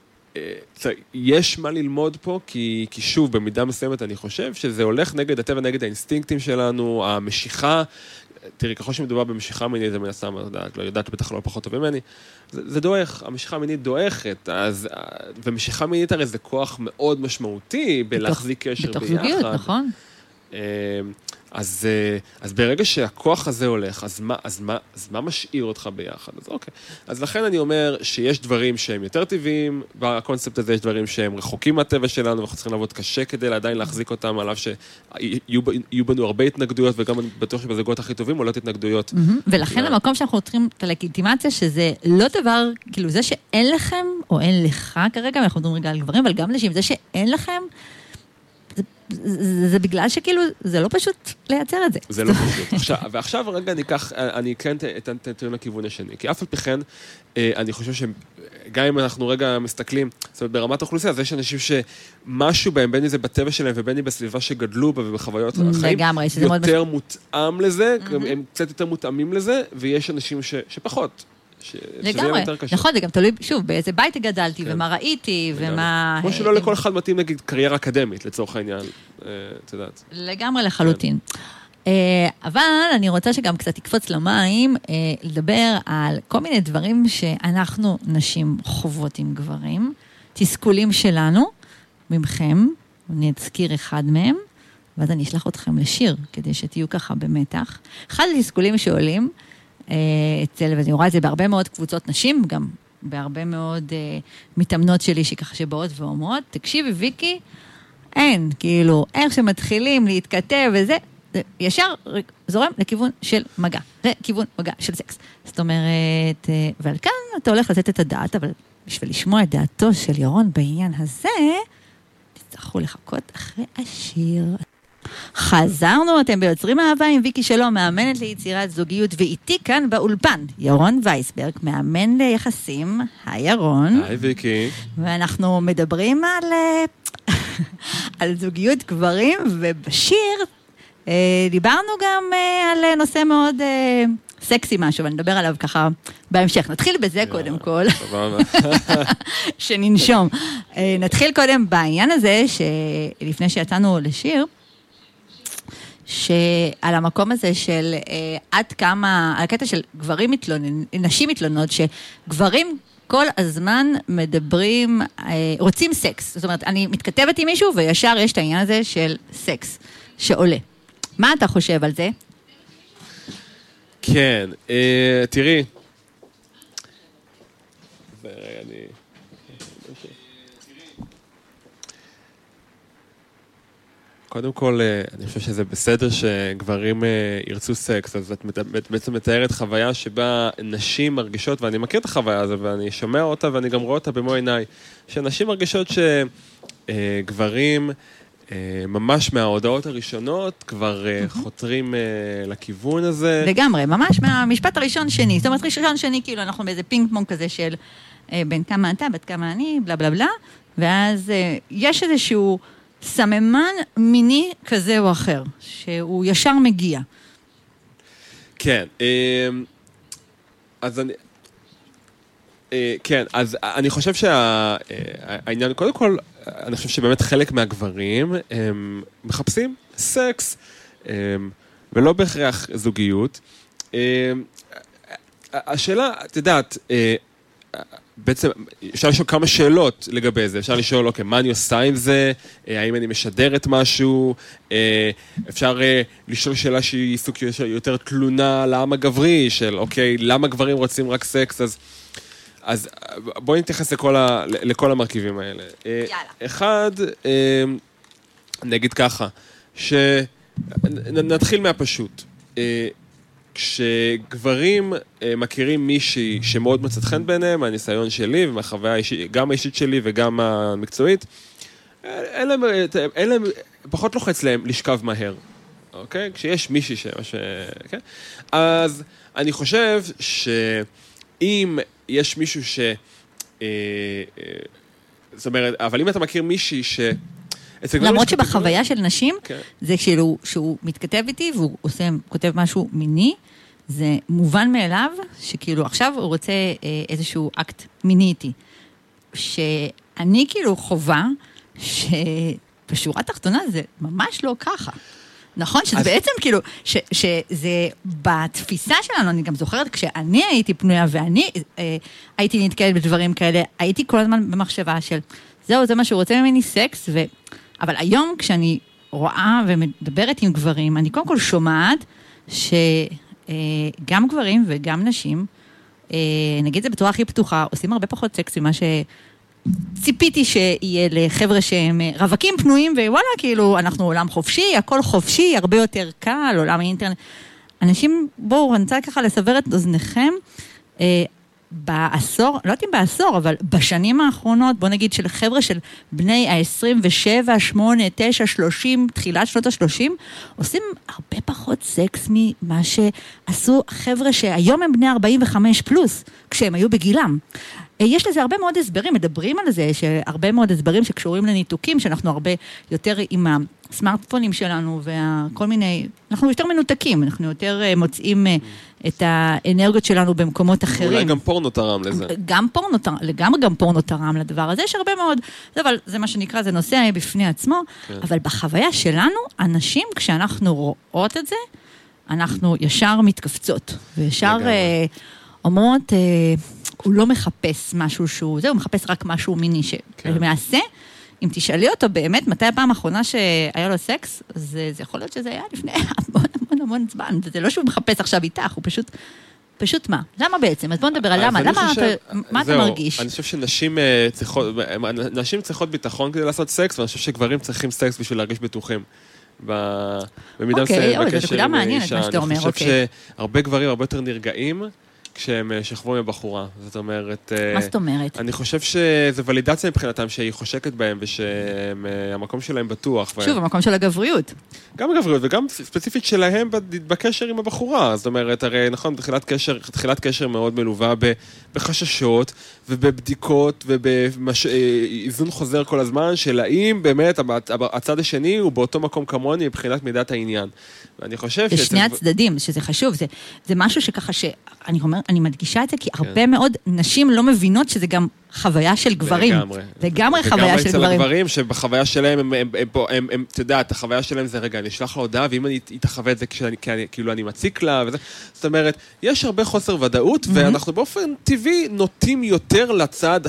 S2: יש מה ללמוד פה, כי שוב, במידה מסוימת אני חושב שזה הולך נגד הטבע, נגד האינסטינקטים שלנו, המשיכה, תראי, ככל שמדובר במשיכה מינית, זה מן הסתם, לא יודעת, בטח לא פחות טוב ממני, זה דואך, המשיכה המינית דואכת, ומשיכה מינית הרי זה כוח מאוד משמעותי בלהחזיק קשר ביחד. בתוך זוגיות, נכון. אז ברגע שהכוח הזה הולך, אז מה משאיר אותך ביחד? אז אוקיי. אז לכן אני אומר שיש דברים שהם יותר טבעיים, בקונספט הזה יש דברים שהם רחוקים מהטבע שלנו, ואנחנו צריכים לעבוד קשה כדי עדיין להחזיק אותם, עליו שיהיו בנו הרבה התנגדויות, וגם אני בטוח שבזוגות הכי טובים עולות התנגדויות.
S1: ולכן המקום שאנחנו צריכים את הלגיטימציה, שזה לא דבר, כאילו זה שאין לכם, או אין לך כרגע, אנחנו מדברים רגע על גברים, אבל גם נשים, זה שאין לכם, זה בגלל שכאילו, זה לא פשוט לייצר את זה.
S2: זה לא פשוט. ועכשיו רגע אני כן אתן לכיוון השני, כי אף על פי כן, אני חושב שגם אם אנחנו רגע מסתכלים, זאת אומרת, ברמת האוכלוסייה, אז יש אנשים שמשהו בהם, בין אם זה בטבע שלהם, ובין אם בסביבה שגדלו בה ובחוויות החיים, יותר מותאם לזה, הם קצת יותר מותאמים לזה, ויש אנשים שפחות.
S1: לגמרי, נכון, זה גם תלוי, שוב, באיזה בית גדלתי, ומה ראיתי, ומה...
S2: כמו שלא לכל אחד מתאים, נגיד, קריירה אקדמית, לצורך העניין, את יודעת.
S1: לגמרי לחלוטין. אבל אני רוצה שגם קצת יקפוץ למים, לדבר על כל מיני דברים שאנחנו נשים חוות עם גברים, תסכולים שלנו, ממכם, אני אזכיר אחד מהם, ואז אני אשלח אתכם לשיר, כדי שתהיו ככה במתח. אחד התסכולים שעולים, ואני רואה את זה בהרבה מאוד קבוצות נשים, גם בהרבה מאוד מתאמנות שלי שככה שבאות ואומרות, תקשיבי ויקי, אין, כאילו, איך שמתחילים להתכתב וזה, ישר זורם לכיוון של מגע, לכיוון מגע של סקס. זאת אומרת, ועל כאן אתה הולך לתת את הדעת, אבל בשביל לשמוע את דעתו של ירון בעניין הזה, תצטרכו לחכות אחרי השיר. חזרנו, אתם ביוצרים אהבה עם ויקי שלום, מאמנת ליצירת זוגיות, ואיתי כאן באולפן, ירון וייסברג, מאמן ליחסים, היי ירון.
S2: היי ויקי.
S1: ואנחנו מדברים על זוגיות גברים, ובשיר דיברנו גם על נושא מאוד סקסי משהו, ואני נדבר עליו ככה בהמשך. נתחיל בזה קודם כל. שננשום. נתחיל קודם בעניין הזה, שלפני שיצאנו לשיר, שעל המקום הזה של עד כמה, על הקטע של גברים נשים מתלונות, שגברים כל הזמן מדברים, רוצים סקס. זאת אומרת, אני מתכתבת עם מישהו, וישר יש את העניין הזה של סקס שעולה. מה אתה חושב על זה?
S2: כן, תראי. קודם כל, אני חושב שזה בסדר שגברים ירצו סקס, אז את בעצם מתארת חוויה שבה נשים מרגישות, ואני מכיר את החוויה הזו, ואני שומע אותה, ואני גם רואה אותה במו עיניי, שנשים מרגישות שגברים, ממש מההודעות הראשונות, כבר חותרים לכיוון הזה.
S1: לגמרי, ממש מהמשפט הראשון שני. זאת אומרת, ראשון שני, כאילו, אנחנו באיזה פינג פונג כזה של בין כמה אתה, בת כמה אני, בלה בלה בלה, ואז יש איזשהו סממן מיני כזה או אחר, שהוא ישר מגיע.
S2: כן, אז אני... כן, אז אני חושב שהעניין, קודם כל, אני חושב שבאמת חלק מהגברים הם מחפשים סקס, ולא בהכרח זוגיות. השאלה, את יודעת, בעצם אפשר לשאול כמה שאלות לגבי זה. אפשר לשאול, אוקיי, מה אני עושה עם זה? האם אני משדרת משהו? אפשר לשאול שאלה שהיא סוג יותר תלונה לעם הגברי, של אוקיי, למה גברים רוצים רק סקס? אז בואי נתייחס לכל המרכיבים האלה.
S1: יאללה.
S2: אחד, נגיד ככה, נתחיל מהפשוט. כשגברים מכירים מישהי שמאוד מצאת חן ביניהם, מהניסיון שלי ומהחוויה האישית, גם האישית שלי וגם המקצועית, אין להם, פחות לוחץ להם לשכב מהר. אוקיי? כשיש מישהי כן? אז אני חושב שאם יש מישהו זאת אומרת, אבל אם אתה מכיר מישהי
S1: למרות שבחוויה של נשים, זה שהוא מתכתב איתי והוא כותב משהו מיני, זה מובן מאליו שכאילו עכשיו הוא רוצה איזשהו אקט מיני איתי. שאני כאילו חובה שבשורה תחתונה זה ממש לא ככה. נכון? שזה בעצם כאילו, שזה בתפיסה שלנו, אני גם זוכרת, כשאני הייתי פנויה ואני הייתי נתקלת בדברים כאלה, הייתי כל הזמן במחשבה של, זהו, זה מה שהוא רוצה ממני סקס, אבל היום כשאני רואה ומדברת עם גברים, אני קודם כל שומעת שגם גברים וגם נשים, נגיד זה בצורה הכי פתוחה, עושים הרבה פחות סקס ממה ציפיתי שיהיה לחבר'ה שהם רווקים פנויים, ווואלה, כאילו, אנחנו עולם חופשי, הכל חופשי, הרבה יותר קל, עולם האינטרנט. אנשים, בואו, אני רוצה ככה לסבר את אוזניכם, בעשור, לא יודעת אם בעשור, אבל בשנים האחרונות, בוא נגיד של חבר'ה של בני ה-27, 8, 9, 30, תחילת שנות ה-30, עושים הרבה פחות סקס ממה שעשו חבר'ה שהיום הם בני 45 פלוס, כשהם היו בגילם. יש לזה הרבה מאוד הסברים, מדברים על זה, שהרבה מאוד הסברים שקשורים לניתוקים, שאנחנו הרבה יותר עם הסמארטפונים שלנו, וכל מיני, אנחנו יותר מנותקים, אנחנו יותר מוצאים את האנרגיות שלנו במקומות אחרים.
S2: אולי גם פורנו תרם לזה.
S1: גם פורנו תרם, לגמרי גם פורנו תרם לדבר הזה, יש הרבה מאוד, אבל זה מה שנקרא, זה נושא בפני עצמו, אבל בחוויה שלנו, אנשים, כשאנחנו רואות את זה, אנחנו ישר מתכווצות, וישר אומרות, הוא לא מחפש משהו שהוא, זהו, הוא מחפש רק משהו מיני שמעשה. אם תשאלי אותו באמת, מתי הפעם האחרונה שהיה לו סקס, זה יכול להיות שזה היה לפני המון זמן, וזה לא שהוא מחפש עכשיו איתך, הוא פשוט מה? למה בעצם? אז בוא נדבר על למה, מה אתה מרגיש?
S2: אני חושב שנשים צריכות ביטחון כדי לעשות סקס, ואני חושב שגברים צריכים סקס בשביל להרגיש בטוחים. במידה מסוימת בקשר עם אישה. אני חושב שהרבה גברים הרבה יותר נרגעים, כשהם שכבו עם הבחורה, זאת אומרת...
S1: מה זאת אומרת?
S2: אני חושב שזו ולידציה מבחינתם שהיא חושקת בהם, ושהמקום שלהם בטוח.
S1: שוב, המקום של הגבריות.
S2: גם הגבריות, וגם ספציפית שלהם בקשר עם הבחורה. זאת אומרת, הרי נכון, תחילת קשר מאוד מלווה בחששות, ובבדיקות, ובאיזון חוזר כל הזמן, של האם באמת הצד השני הוא באותו מקום כמוני מבחינת מידת העניין. ואני חושב
S1: זה שני הצדדים, שזה חשוב, זה משהו שככה אני מדגישה את זה, כי הרבה מאוד נשים לא מבינות שזה גם חוויה של גברים. לגמרי חוויה של גברים.
S2: וגם אצל הגברים, שבחוויה שלהם, אתה יודע, החוויה שלהם זה, רגע, אני אשלח לה הודעה, ואם אני אתחווה את זה כאילו אני מציק לה, וזה. זאת אומרת, יש הרבה חוסר ודאות, ואנחנו באופן טבעי נוטים יותר לצד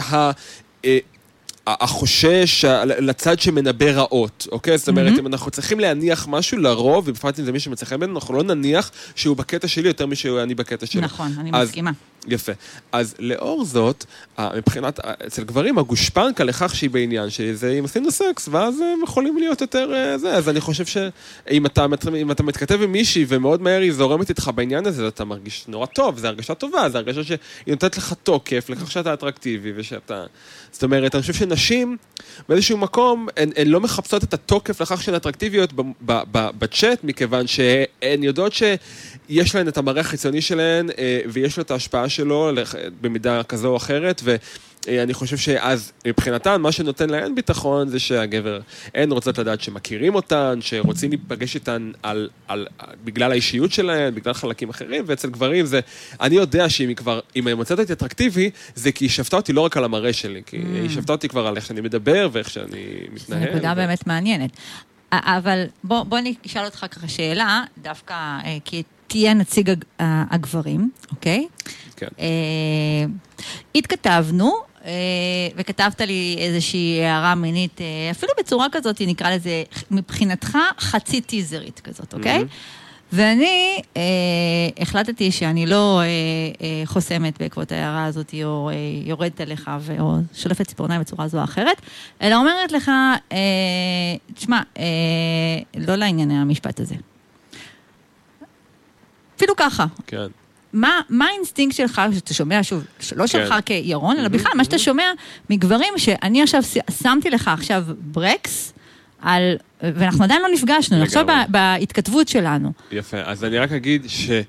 S2: החושש, לצד שמנבא רעות, אוקיי? זאת אומרת, אם אנחנו צריכים להניח משהו לרוב, ובפרט אם זה מי שמצליחים בינינו, אנחנו לא נניח שהוא בקטע שלי יותר משהוא אני בקטע שלי.
S1: נכון, אני מסכימה.
S2: יפה. אז לאור זאת, מבחינת, אצל גברים, הגושפנקה לכך שהיא בעניין, שזה אם עשינו סקס, ואז הם יכולים להיות יותר זה. אז אני חושב שאם אתה מתכתב עם מישהי, ומאוד מהר היא זורמת איתך בעניין הזה, אתה מרגיש נורא טוב, זה הרגשה טובה, זה הרגשה שהיא נותנת לך תוקף, לכך שאתה אטרקטיבי, ושאתה... זאת אומרת, אני חושב שנשים, באיזשהו מקום, הן לא מחפשות את התוקף לכך שהן אטרקטיביות בצ'אט, מכיוון שהן יודעות שיש להן את המראה החיצוני שלהן, ויש לו את ההשפעה שלו במידה כזו או אחרת, ואני חושב שאז מבחינתן, מה שנותן להן ביטחון זה שהגבר, הן רוצות לדעת שמכירים אותן, שרוצים להיפגש איתן בגלל האישיות שלהן, בגלל חלקים אחרים, ואצל גברים זה, אני יודע שאם היא מוצאת אותי אטרקטיבי, זה כי היא שפתה אותי לא רק על המראה שלי, כי היא שפתה אותי כבר על איך שאני מדבר ואיך שאני מתנהל.
S1: זו נקודה באמת מעניינת. אבל בוא נשאל אותך ככה שאלה, דווקא כי תהיה נציג הגברים, אוקיי?
S2: כן.
S1: התכתבנו, וכתבת לי איזושהי הערה מינית, אפילו בצורה כזאת, נקרא לזה, מבחינתך חצי טיזרית כזאת, אוקיי? ואני החלטתי שאני לא חוסמת בעקבות ההערה הזאת, או יורדת אליך, או שולפת ציפורניים בצורה זו או אחרת, אלא אומרת לך, תשמע, לא לענייני המשפט הזה. אפילו ככה.
S2: כן.
S1: מה האינסטינקט שלך, שאתה שומע, שוב, לא שלך כירון, אלא בכלל, מה שאתה שומע מגברים, שאני עכשיו שמתי לך עכשיו ברקס, ואנחנו עדיין לא נפגשנו, עכשיו בהתכתבות שלנו.
S2: יפה, אז אני רק אגיד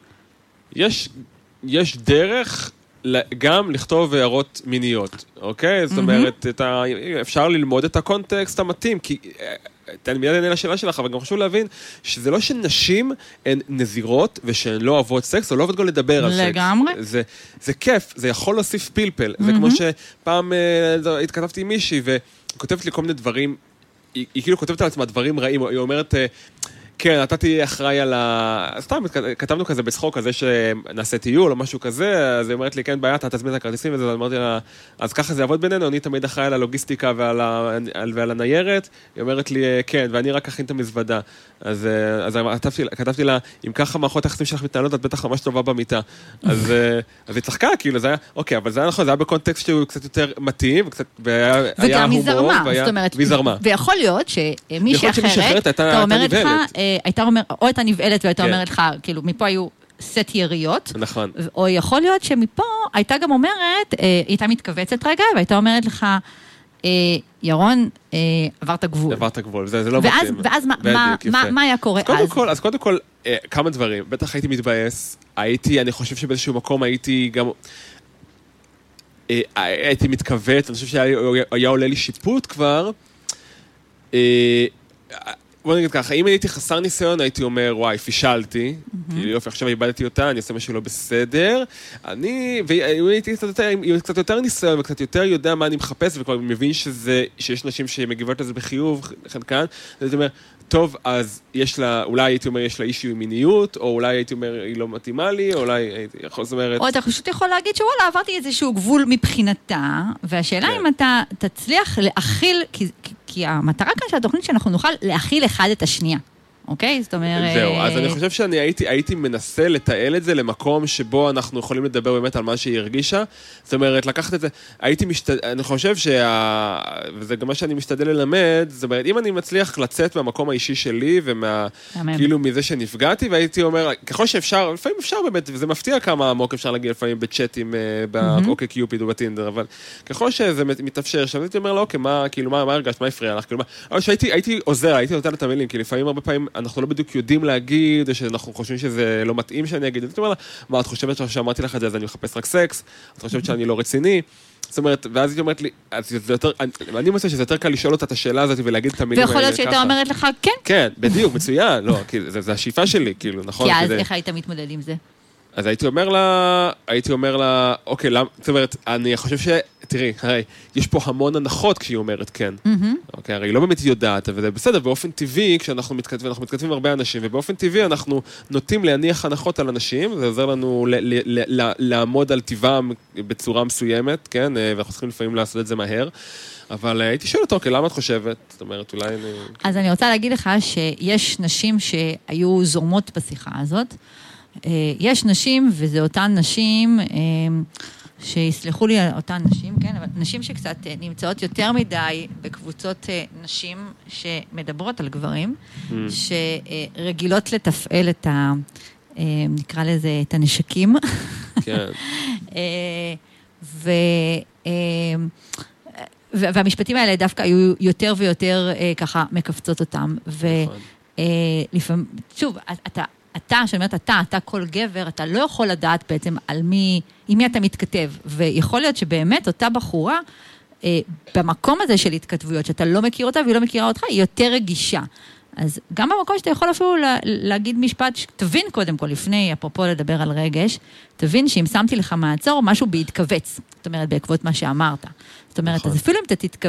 S2: שיש דרך גם לכתוב הערות מיניות, אוקיי? זאת אומרת, אפשר ללמוד את הקונטקסט המתאים, כי... תן מיד ענה לשאלה שלך, אבל גם חשוב להבין שזה לא שנשים הן נזירות ושהן לא אוהבות סקס, או לא אוהבות גם לדבר על סקס.
S1: לגמרי.
S2: זה כיף, זה יכול להוסיף פלפל. זה כמו שפעם התכתבתי עם מישהי וכותבת לי כל מיני דברים, היא כאילו כותבת על עצמה דברים רעים, היא אומרת... כן, אתה תהיה אחראי על סתם, כתבנו כזה בצחוק, כזה שנעשה טיול או משהו כזה, אז היא אומרת לי, כן, בעיה, אתה תזמין את הכרטיסים וזה, אז אמרתי לה, אז ככה זה יעבוד בינינו, אני תמיד אחראי על הלוגיסטיקה ועל הניירת, היא אומרת לי, כן, ואני רק אכין את המזוודה. אז כתבתי לה, אם ככה מערכות היחסים שלך מתנהלות, את בטח ממש טובה במיטה. אז היא צחקה, כאילו, זה היה, אוקיי, אבל זה היה נכון, זה היה בקונטקסט שהוא קצת יותר מתאים,
S1: וגם מזרמה, זאת אומרת, ויכול להיות שמישהי אחרת, אתה אומרת לך, הייתה אומרת, או הייתה נבעלת והייתה אומרת לך, כאילו, מפה היו סט יריות.
S2: נכון.
S1: או יכול להיות שמפה הייתה גם אומרת, הייתה מתכווצת רגע, והייתה אומרת לך, ירון, עברת גבול.
S2: עברת גבול, זה לא מתאים.
S1: ואז מה היה קורה אז?
S2: אז קודם כל, כמה דברים. בטח הייתי מתבאס, אני חושב שבאיזשהו מקום הייתי גם... הייתי מתכווץ, אני חושב שהיה עולה לי שיפוט כבר. בוא נגיד ככה, אם הייתי חסר ניסיון, הייתי אומר, וואי, פישלתי, כאילו יופי, עכשיו איבדתי אותה, אני עושה משהו לא בסדר, ואם הייתי קצת יותר ניסיון, וקצת יותר יודע מה אני מחפש, וכבר מבין שיש נשים שמגיבות לזה בחיוב, חלקן, הייתי אומר, טוב, אז יש לה, אולי הייתי אומר, יש לה אישיו עם מיניות, או אולי הייתי אומר, היא לא מתאימה לי, או אולי הייתי יכול, זאת אומרת...
S1: או אתה פשוט יכול להגיד שוואלה, עברתי איזשהו גבול מבחינתה, והשאלה אם אתה תצליח להכיל, כי המטרה כאן של התוכנית שאנחנו נוכל להכיל אחד את השנייה. אוקיי? זאת אומרת...
S2: זהו, אז אני חושב שאני הייתי מנסה לתעל את זה למקום שבו אנחנו יכולים לדבר באמת על מה שהיא הרגישה. זאת אומרת, לקחת את זה, אני חושב וזה גם מה שאני משתדל ללמד, זאת אומרת, אם אני מצליח לצאת מהמקום האישי שלי, כאילו מזה שנפגעתי, והייתי אומר, ככל שאפשר, לפעמים אפשר באמת, וזה מפתיע כמה עמוק אפשר להגיע לפעמים בצ'אטים, באוקיי קיופיד ובטינדר, אבל ככל שזה מתאפשר, עכשיו הייתי אומר, לא, אוקיי, מה הרגשת, מה הפריע לך, כאילו, אבל שהייתי עוזר, הייתי נותן את המילים, כי לפעמים הרבה פעמים אנחנו לא בדיוק יודעים להגיד, או שאנחנו חושבים שזה לא מתאים שאני אגיד. אז אתה אומר לה, מה, את חושבת שאמרתי לך את זה, אז אני מחפש רק סקס? את חושבת שאני לא רציני? זאת אומרת, ואז היא אומרת לי, אני מוצא שזה יותר קל לשאול אותה את השאלה הזאת ולהגיד את המילים האלה ככה.
S1: ויכול להיות שהייתה אומרת לך, כן.
S2: כן, בדיוק, מצוין. לא, זה השאיפה שלי, כאילו, נכון?
S1: כי אז איך היית מתמודד עם זה?
S2: אז הייתי אומר לה, אוקיי, זאת אומרת, אני חושב תראי, הרי, יש פה המון הנחות כשהיא אומרת כן. אוקיי, הרי היא לא באמת יודעת, וזה בסדר, באופן טבעי, כשאנחנו מתכתבים עם הרבה אנשים, ובאופן טבעי אנחנו נוטים להניח הנחות על אנשים, זה עוזר לנו לעמוד על טבעם בצורה מסוימת, כן, ואנחנו צריכים לפעמים לעשות את זה מהר, אבל הייתי שואל אותו, אוקיי, למה את חושבת? זאת אומרת, אולי אני...
S1: אז אני רוצה להגיד לך שיש נשים שהיו זורמות בשיחה הזאת, יש נשים, וזה אותן נשים, שיסלחו לי אותן נשים, כן, אבל נשים שקצת נמצאות יותר מדי בקבוצות נשים שמדברות על גברים, שרגילות לתפעל את נקרא לזה, את הנשקים.
S2: כן.
S1: והמשפטים האלה דווקא היו יותר ויותר ככה מקפצות אותם. ולפעמים, שוב, שאני אומרת, אתה כל גבר, אתה לא יכול לדעת בעצם עם מי אתה מתכתב. ויכול להיות שבאמת אותה בחורה, במקום הזה של התכתבויות, שאתה לא מכיר אותה והיא לא מכירה אותך, היא יותר רגישה. אז גם במקום שאתה יכול אפילו להגיד משפט, תבין קודם כל, לפני, אפרופו לדבר על רגש, תבין שאם שמתי לך מעצור, משהו בהתכווץ. זאת אומרת, בעקבות מה שאמרת. זאת אומרת, אז אפילו אם אתה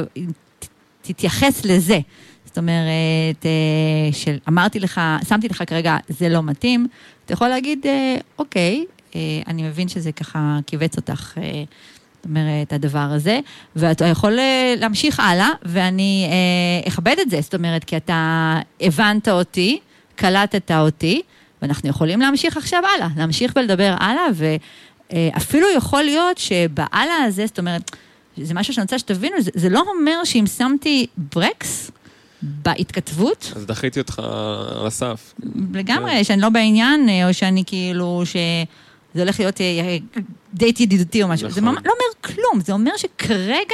S1: תתייחס לזה, זאת אומרת, שאמרתי לך, שמתי לך כרגע, זה לא מתאים, אתה יכול להגיד, אוקיי, אני מבין שזה ככה קיווץ אותך, זאת אומרת, הדבר הזה, ואתה יכול להמשיך הלאה, ואני אכבד את זה, זאת אומרת, כי אתה הבנת אותי, קלטת אותי, ואנחנו יכולים להמשיך עכשיו הלאה, להמשיך ולדבר הלאה, ואפילו יכול להיות שבהלאה הזה, זאת אומרת, זה משהו שאני רוצה שתבינו, זה לא אומר שאם שמתי ברקס בהתכתבות.
S2: אז דחיתי אותך על הסף.
S1: לגמרי, שאני לא בעניין, או שאני כאילו, זה הולך להיות דייט ידידותי או משהו. זה לא אומר כלום, זה אומר שכרגע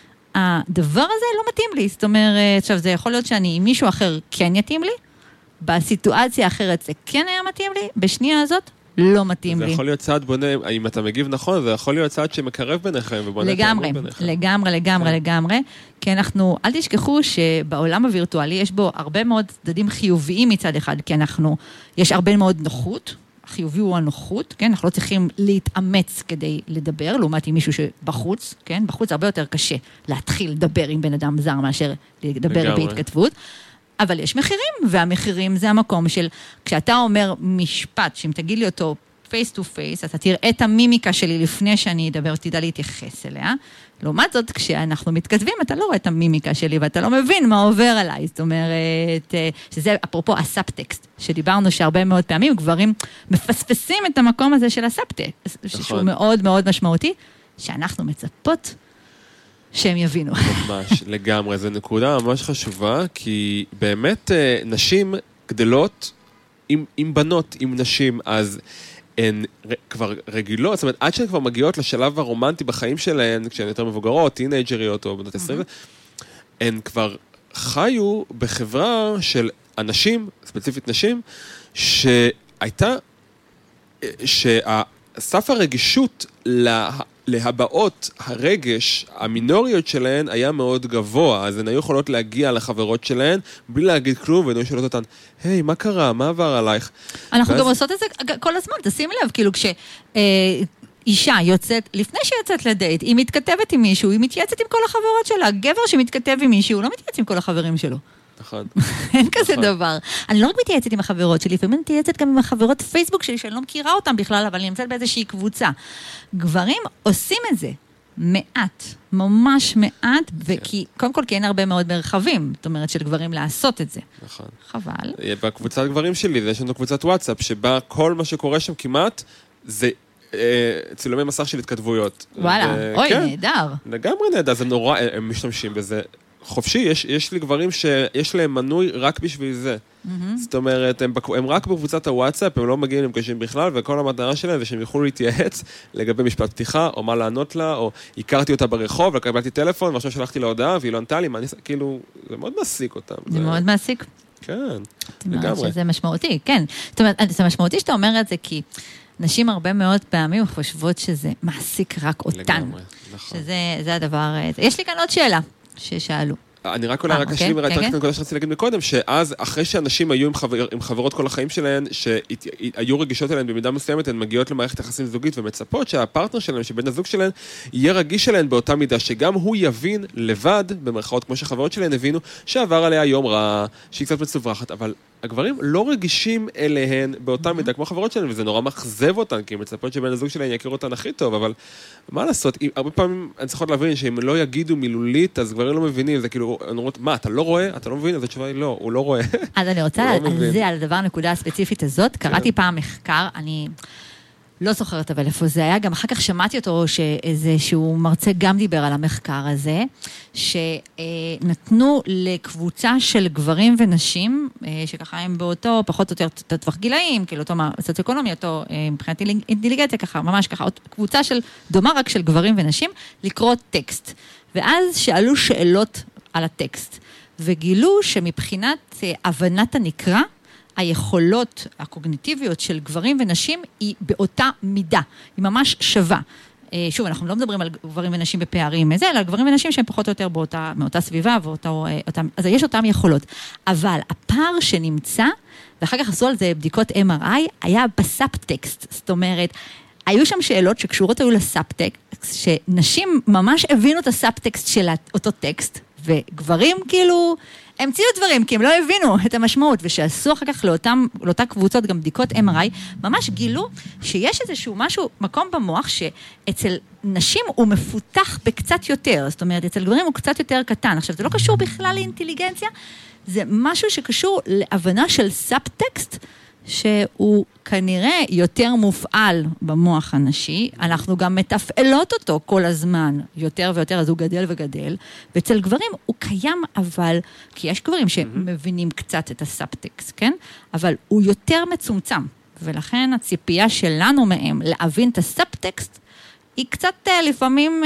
S1: הדבר הזה לא מתאים לי. זאת אומרת, עכשיו זה יכול להיות שאני עם מישהו אחר כן יתאים לי, בסיטואציה האחרת זה כן היה מתאים לי, בשנייה הזאת לא מתאים לי.
S2: זה יכול להיות צעד בונה, אם אתה מגיב נכון, זה יכול להיות צעד שמקרב ביניכם ובונה את העמוד ביניכם.
S1: לגמרי. כי אנחנו, אל תשכחו שבעולם הווירטואלי יש בו הרבה מאוד צדדים חיוביים מצד אחד, כי יש הרבה מאוד נוחות, החיובי הוא הנוחות, כן? אנחנו לא צריכים להתאמץ כדי לדבר, לעומת עם מישהו שבחוץ, כן? בחוץ הרבה יותר קשה להתחיל לדבר עם בן אדם זר מאשר לדבר בהתכתבות. אבל יש מחירים, והמחירים זה המקום של, כשאתה אומר משפט, שאם תגיד לי אותו face to face, אתה תראה את המימיקה שלי לפני שאני אדבר, תדע להתייחס אליה. לעומת זאת, כשאנחנו מתכתבים, אתה לא רואה את המימיקה שלי, ואתה לא מבין מה עובר עליי. זאת אומרת, שזה אפרופו הסאבטקסט, שדיברנו שהרבה מאוד פעמים, גברים מפספסים את המקום הזה של הסאבטקסט, שהוא מאוד מאוד משמעותי, שאנחנו מצפות שהם יבינו.
S2: ממש, לגמרי. זו נקודה ממש חשובה, כי באמת נשים גדלות עם בנות, עם נשים, אז הן כבר רגילות, זאת אומרת, עד שהן כבר מגיעות לשלב הרומנטי בחיים שלהן, כשהן יותר מבוגרות, טינאג'ריות או בנות 20, הן כבר חיו בחברה של אנשים, ספציפית נשים, סף הרגישות להבאות הרגש, המינוריות שלהן היה מאוד גבוה, אז הן היו יכולות להגיע לחברות שלהן, בלי להגיד כלום, והן היו שואלות אותן, היי, מה קרה? מה עבר עלייך?
S1: אנחנו גם עושות את זה כל הזמן, תשימי לב, כאילו אישה יוצאת, לפני שיוצאת לדייט, היא מתכתבת עם מישהו, היא מתייעצת עם כל החברות שלה, גבר שמתכתב עם מישהו, הוא לא מתייעץ עם כל החברים שלו.
S2: נכון.
S1: אין כזה דבר. אני לא רק מתייעצת עם החברות שלי, לפעמים מתייעצת גם עם החברות פייסבוק שלי, שאני לא מכירה אותם בכלל, אבל אני נמצאת באיזושהי קבוצה. גברים עושים את זה מעט, ממש מעט, קודם כל כי אין הרבה מאוד מרחבים, זאת אומרת של גברים לעשות את זה.
S2: נכון.
S1: חבל.
S2: בקבוצת גברים שלי, יש לנו קבוצת וואטסאפ, שבה כל מה שקורה שם כמעט, זה צילומי מסך של התכתבויות.
S1: וואלה, אוי, נהדר.
S2: לגמרי נהדר, זה נורא, הם משתמשים בזה. חופשי, יש לי גברים שיש להם מנוי רק בשביל זה. זאת אומרת, הם רק בקבוצת הוואטסאפ, הם לא מגיעים למפגשים בכלל, וכל המטרה שלהם זה שהם יוכלו להתייעץ לגבי משפט פתיחה, או מה לענות לה, או הכרתי אותה ברחוב, וקבלתי טלפון, ועכשיו שלחתי לה הודעה, והיא לא ענתה לי, כאילו, זה מאוד מעסיק אותם.
S1: זה מאוד מעסיק.
S2: כן, לגמרי.
S1: שזה משמעותי, כן. זאת אומרת, זה משמעותי שאתה אומר את זה, כי נשים הרבה מאוד פעמים חושבות שזה מעסיק רק אותן. לגמרי, נכון. שזה הדבר, יש לי כאן עוד שאלה. ששאלו.
S2: אני רק אולי אשלים רק את הנקודה שרציתי להגיד מקודם, שאז אחרי שאנשים היו עם חברות כל החיים שלהן, שהיו רגישות אליהן במידה מסוימת, הן מגיעות למערכת יחסים זוגית ומצפות שהפרטנר שלהן, שבן הזוג שלהן, יהיה רגיש שלהן באותה מידה, שגם הוא יבין לבד, במרכאות כמו שחברות שלהן הבינו, שעבר עליה יום רע, שהיא קצת מצוברחת, אבל הגברים לא רגישים אליהן באותה מידה כמו חברות שלהם, וזה נורא מחזב אותן, כי הם מצפות שבן הזוג שלהם יכיר אותן הכי טוב, אבל מה לעשות? הרבה פעמים אני צריכות להבין שאם לא יגידו מילולית, אז גברים לא מבינים, זה כאילו, אני אומרת, מה, אתה לא רואה? אתה לא מבין? אז התשובה היא לא, הוא לא רואה.
S1: אז אני רוצה על זה, על הדבר הנקודה הספציפית הזאת, קראתי פעם מחקר, אני לא זוכרת אבל איפה זה היה, גם אחר כך שמעתי אותו שאיזשהו מרצה גם דיבר על המחקר הזה, שנתנו לקבוצה של גברים ונשים, שככה הם באותו, פחות או יותר טווח גילאים, כאילו אותו סוציו-אקונומי, אותו מבחינת אינטליגנציה, ככה, ממש ככה, קבוצה של, דומה רק של גברים ונשים, לקרוא טקסט. ואז שאלו שאלות על הטקסט, וגילו שמבחינת הבנת הנקרא, היכולות הקוגניטיביות של גברים ונשים היא באותה מידה, היא ממש שווה. שוב, אנחנו לא מדברים על גברים ונשים בפערים, אלא על גברים ונשים שהם פחות או יותר מאותה סביבה, אז יש אותם יכולות. אבל הפער שנמצא, ואחר כך עשו על זה בדיקות MRI, היה בסאבטקסט, זאת אומרת, היו שם שאלות שקשורות היו לסאבטקסט, שנשים ממש הבינו את הסאבטקסט של אותו טקסט, וגברים כאילו המציאו דברים, כי הם לא הבינו את המשמעות, ושעשו אחר כך לאותה קבוצות גם בדיקות MRI, ממש גילו שיש איזשהו משהו, מקום במוח, שאצל נשים הוא מפותח בקצת יותר, זאת אומרת, אצל גברים הוא קצת יותר קטן. עכשיו, זה לא קשור בכלל לאינטליגנציה, זה משהו שקשור להבנה של סאבטקסט, שהוא כנראה יותר מופעל במוח הנשי, אנחנו גם מתפעלות אותו כל הזמן, יותר ויותר, אז הוא גדל וגדל, ואצל גברים הוא קיים אבל, כי יש גברים שמבינים קצת את הסאבטקסט, כן? אבל הוא יותר מצומצם, ולכן הציפייה שלנו מהם להבין את הסאבטקסט, היא קצת לפעמים,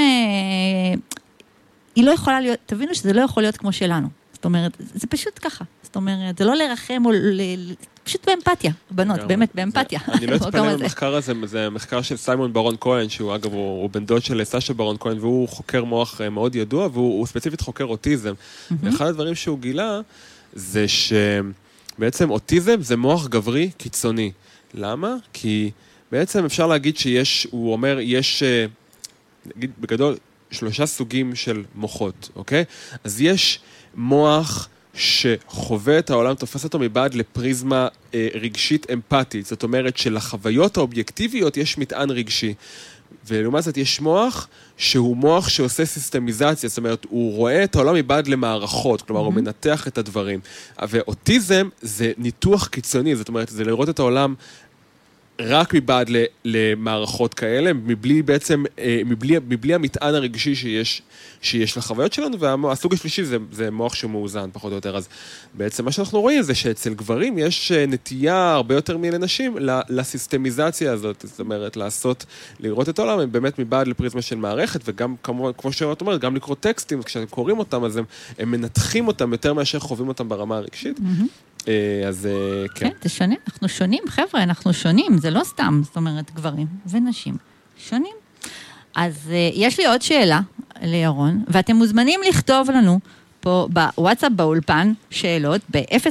S1: היא לא יכולה להיות, תבינו שזה לא יכול להיות כמו שלנו, זאת אומרת, זה פשוט ככה, זאת אומרת, זה לא לרחם או פשוט באמפתיה, בנות, באמת באמפתיה.
S2: אני לא אתפלא במחקר הזה, זה מחקר של סיימון ברון כהן, שהוא אגב, הוא בן דוד של סשה ברון כהן, והוא חוקר מוח מאוד ידוע, והוא ספציפית חוקר אוטיזם. ואחד הדברים שהוא גילה, זה שבעצם אוטיזם זה מוח גברי קיצוני. למה? כי בעצם אפשר להגיד שיש, הוא אומר, יש, נגיד בגדול, 3 סוגים של מוחות, אוקיי? אז יש מוח שחווה את העולם, תופס אותו מבעד לפריזמה רגשית אמפתית, זאת אומרת שלחוויות האובייקטיביות יש מטען רגשי, ולעומת זאת יש מוח שהוא מוח שעושה סיסטמיזציה, זאת אומרת הוא רואה את העולם מבעד למערכות, כלומר הוא מנתח את הדברים, ואוטיזם זה ניתוח קיצוני, זאת אומרת זה לראות את העולם רק מבעד למערכות כאלה, מבלי בעצם, מבלי המטען הרגשי שיש לחוויות שלנו, והסוג השלישי זה מוח שמאוזן, פחות או יותר. אז בעצם מה שאנחנו רואים זה שאצל גברים יש נטייה הרבה יותר מלנשים לסיסטמיזציה הזאת, זאת אומרת, לראות את העולם, הם באמת מבעד לפריזמה של מערכת, וגם, כמו שאת אומרת, גם לקרוא טקסטים, כשאתם קוראים אותם, אז הם מנתחים אותם יותר מאשר חווים אותם ברמה הרגשית. אז כן.
S1: כן, זה שונה, אנחנו שונים, חבר'ה, אנחנו שונים, זה לא סתם, זאת אומרת, גברים ונשים שונים. אז יש לי עוד שאלה לירון, ואתם מוזמנים לכתוב לנו פה בוואטסאפ באולפן שאלות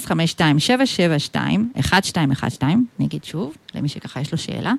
S1: ב-052-772-1212, נגיד שוב, למי שככה יש לו שאלה,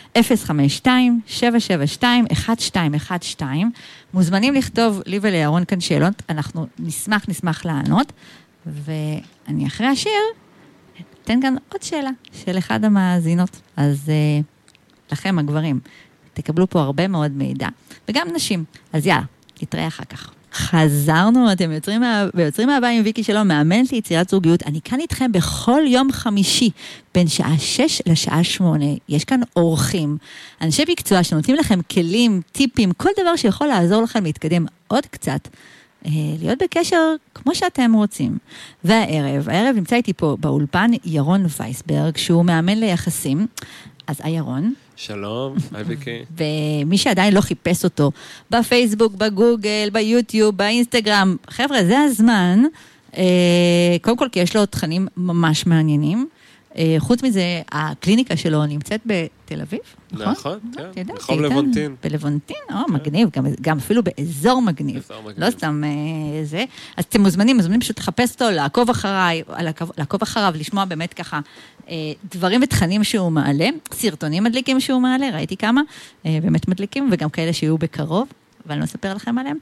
S1: 052-772-1212, מוזמנים לכתוב לי ולירון כאן שאלות, אנחנו נשמח לענות, ואני אחרי השיר, אתן כאן עוד שאלה של אחד המאזינות. אז לכם הגברים, תקבלו פה הרבה מאוד מידע, וגם נשים. אז יאללה, נתראה אחר כך. חזרנו, אתם יוצרים מהבא עם ויקי שלום, מאמנת ליצירת זוגיות. אני כאן איתכם בכל יום חמישי, בין שעה 6 לשעה 8. יש כאן אורחים, אנשי מקצוע שנותנים לכם כלים, טיפים, כל דבר שיכול לעזור לכם להתקדם עוד קצת. להיות בקשר כמו שאתם רוצים. והערב נמצא איתי פה באולפן ירון וייסברג, שהוא מאמן ליחסים. אז ירון.
S2: שלום, היי ויקי.
S1: ומי שעדיין לא חיפש אותו, בפייסבוק, בגוגל, ביוטיוב, באינסטגרם, חבר'ה, זה הזמן, קודם כל כי יש לו תכנים ממש מעניינים, חוץ מזה, הקליניקה שלו נמצאת בתל אביב, נכון?
S2: נכון, כן, רחוב לבונטין.
S1: בלבונטין, מגניב, גם אפילו באזור מגניב. לא סתם זה. אז אתם מוזמנים פשוט לחפש אותו, לעקוב אחריו, לשמוע באמת ככה דברים ותכנים שהוא מעלה, סרטונים מדליקים שהוא מעלה, ראיתי כמה, באמת מדליקים, וגם כאלה שיהיו בקרוב, אבל אני לא אספר לכם עליהם,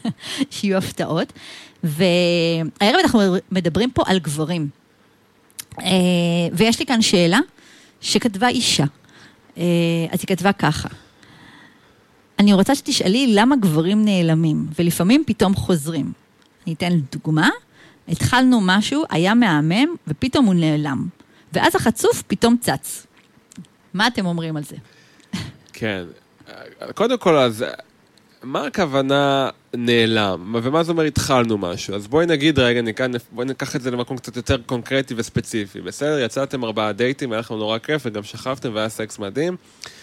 S1: שיהיו הפתעות. והערב אנחנו מדברים פה על גברים. ויש לי כאן שאלה שכתבה אישה. אז היא כתבה ככה. אני רוצה שתשאלי למה גברים נעלמים, ולפעמים פתאום חוזרים. אני אתן דוגמה. התחלנו משהו, היה מהמם, ופתאום הוא נעלם. ואז החצוף פתאום צץ. מה אתם אומרים על זה?
S2: כן. קודם כל, אז מה הכוונה נעלם? ומה זה אומר התחלנו משהו? אז בואי נגיד רגע, בואי ניקח את זה למקום קצת יותר קונקרטי וספציפי. בסדר, יצאתם 4 דייטים, היה לכם נורא כיף, וגם שכבתם והיה סקס מדהים.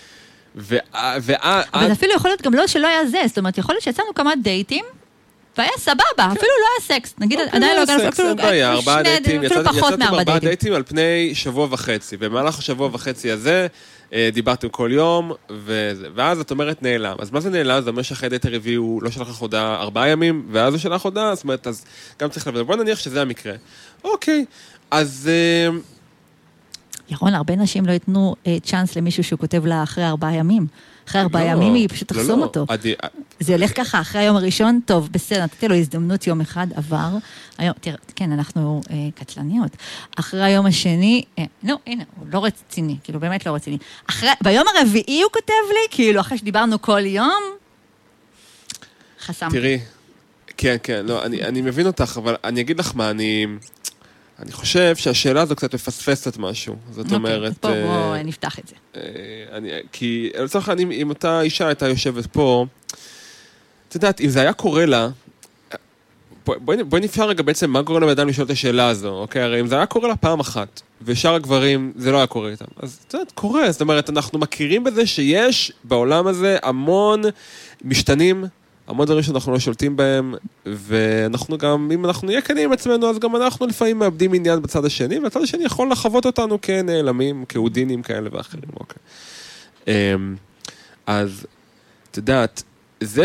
S1: אבל אפילו יכול להיות גם לא שלא היה זה, זאת אומרת, יכול להיות שיצאנו כמה דייטים, והיה סבבה, אפילו לא היה סקס. נגיד, עדיין לא הגענו, אפילו פחות מ4
S2: דייטים על פני שבוע וחצי, במהלך השבוע וחצי הזה, דיברתם כל יום, ואז את אומרת נעלם. אז מה זה נעלם? זה אומר שאחרי דייט הרביעי הוא לא שלח לך הודעה 4 ימים, ואז הוא שלח הודעה, זאת אומרת, אז גם צריך לבוא. בוא נניח שזה המקרה. אוקיי, אז
S1: ירון, הרבה נשים לא ייתנו צ'אנס למישהו שהוא כותב לה אחרי 4 ימים. אחרי 4 ימים היא פשוט תחסום אותו. זה הולך ככה, אחרי היום הראשון, טוב, בסדר, נתתי לו הזדמנות יום אחד, עבר. תראה, כן, אנחנו קטלניות. אחרי היום השני, לא, הנה, הוא לא רציני, כאילו באמת לא רציני. ביום הרביעי הוא כותב לי, כאילו אחרי שדיברנו כל יום, חסמתי.
S2: תראי, כן, לא, אני מבין אותך, אבל אני אגיד לך מה, אני חושב שהשאלה הזו קצת מפספסת משהו, זאת אומרת...
S1: אוקיי, בוא נפתח את זה.
S2: כי לצורך העניין, אם אותה אישה הייתה יושבת פה, את יודעת, אם זה היה קורה לה, בואי נפשר רגע בעצם מה קורה לבן לשאול את השאלה הזו, אוקיי? הרי אם זה היה קורה לה פעם אחת, ושאר הגברים, זה לא היה קורה איתם. אז את יודעת, קורה, זאת אומרת, אנחנו מכירים בזה שיש בעולם הזה המון משתנים, המון דברים שאנחנו לא שולטים בהם, ואנחנו גם, אם אנחנו נהיה כנים עם עצמנו, אז גם אנחנו לפעמים מאבדים עניין בצד השני, והצד השני יכול לחוות אותנו כנעלמים, כאודינים כאלה ואחרים, אוקיי. אז, את יודעת, זה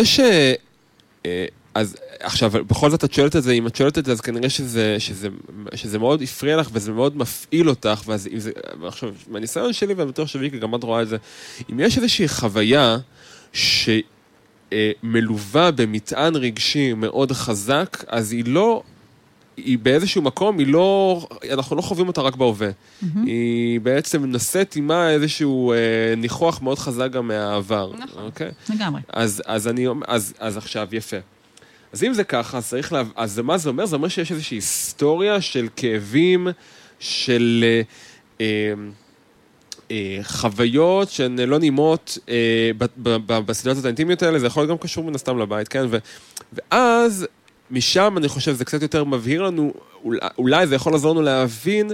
S2: אז עכשיו, בכל זאת את שואלת את זה, אם את שואלת את זה, אז כנראה שזה מאוד הפריע לך, וזה מאוד מפעיל אותך, ואז אם זה, עכשיו, מהניסיון שלי, ואני בטוח שוויקי, גם את רואה את זה, אם יש איזושהי חוויה מלווה במטען רגשי מאוד חזק, אז היא באיזשהו מקום, אנחנו לא חווים אותה רק בהווה. היא בעצם נושאת עימה איזשהו ניחוח מאוד חזק גם מהעבר.
S1: נכון, לגמרי.
S2: אז עכשיו, יפה. אז אם זה ככה, אז מה זה אומר? זה אומר שיש איזושהי היסטוריה של כאבים, של חוויות שהן לא נעימות בסיטואציות האינטימיות האלה, זה יכול להיות גם קשור מן הסתם לבית, כן? ואז משם אני חושב זה קצת יותר מבהיר לנו, אולי זה יכול לעזור לנו להבין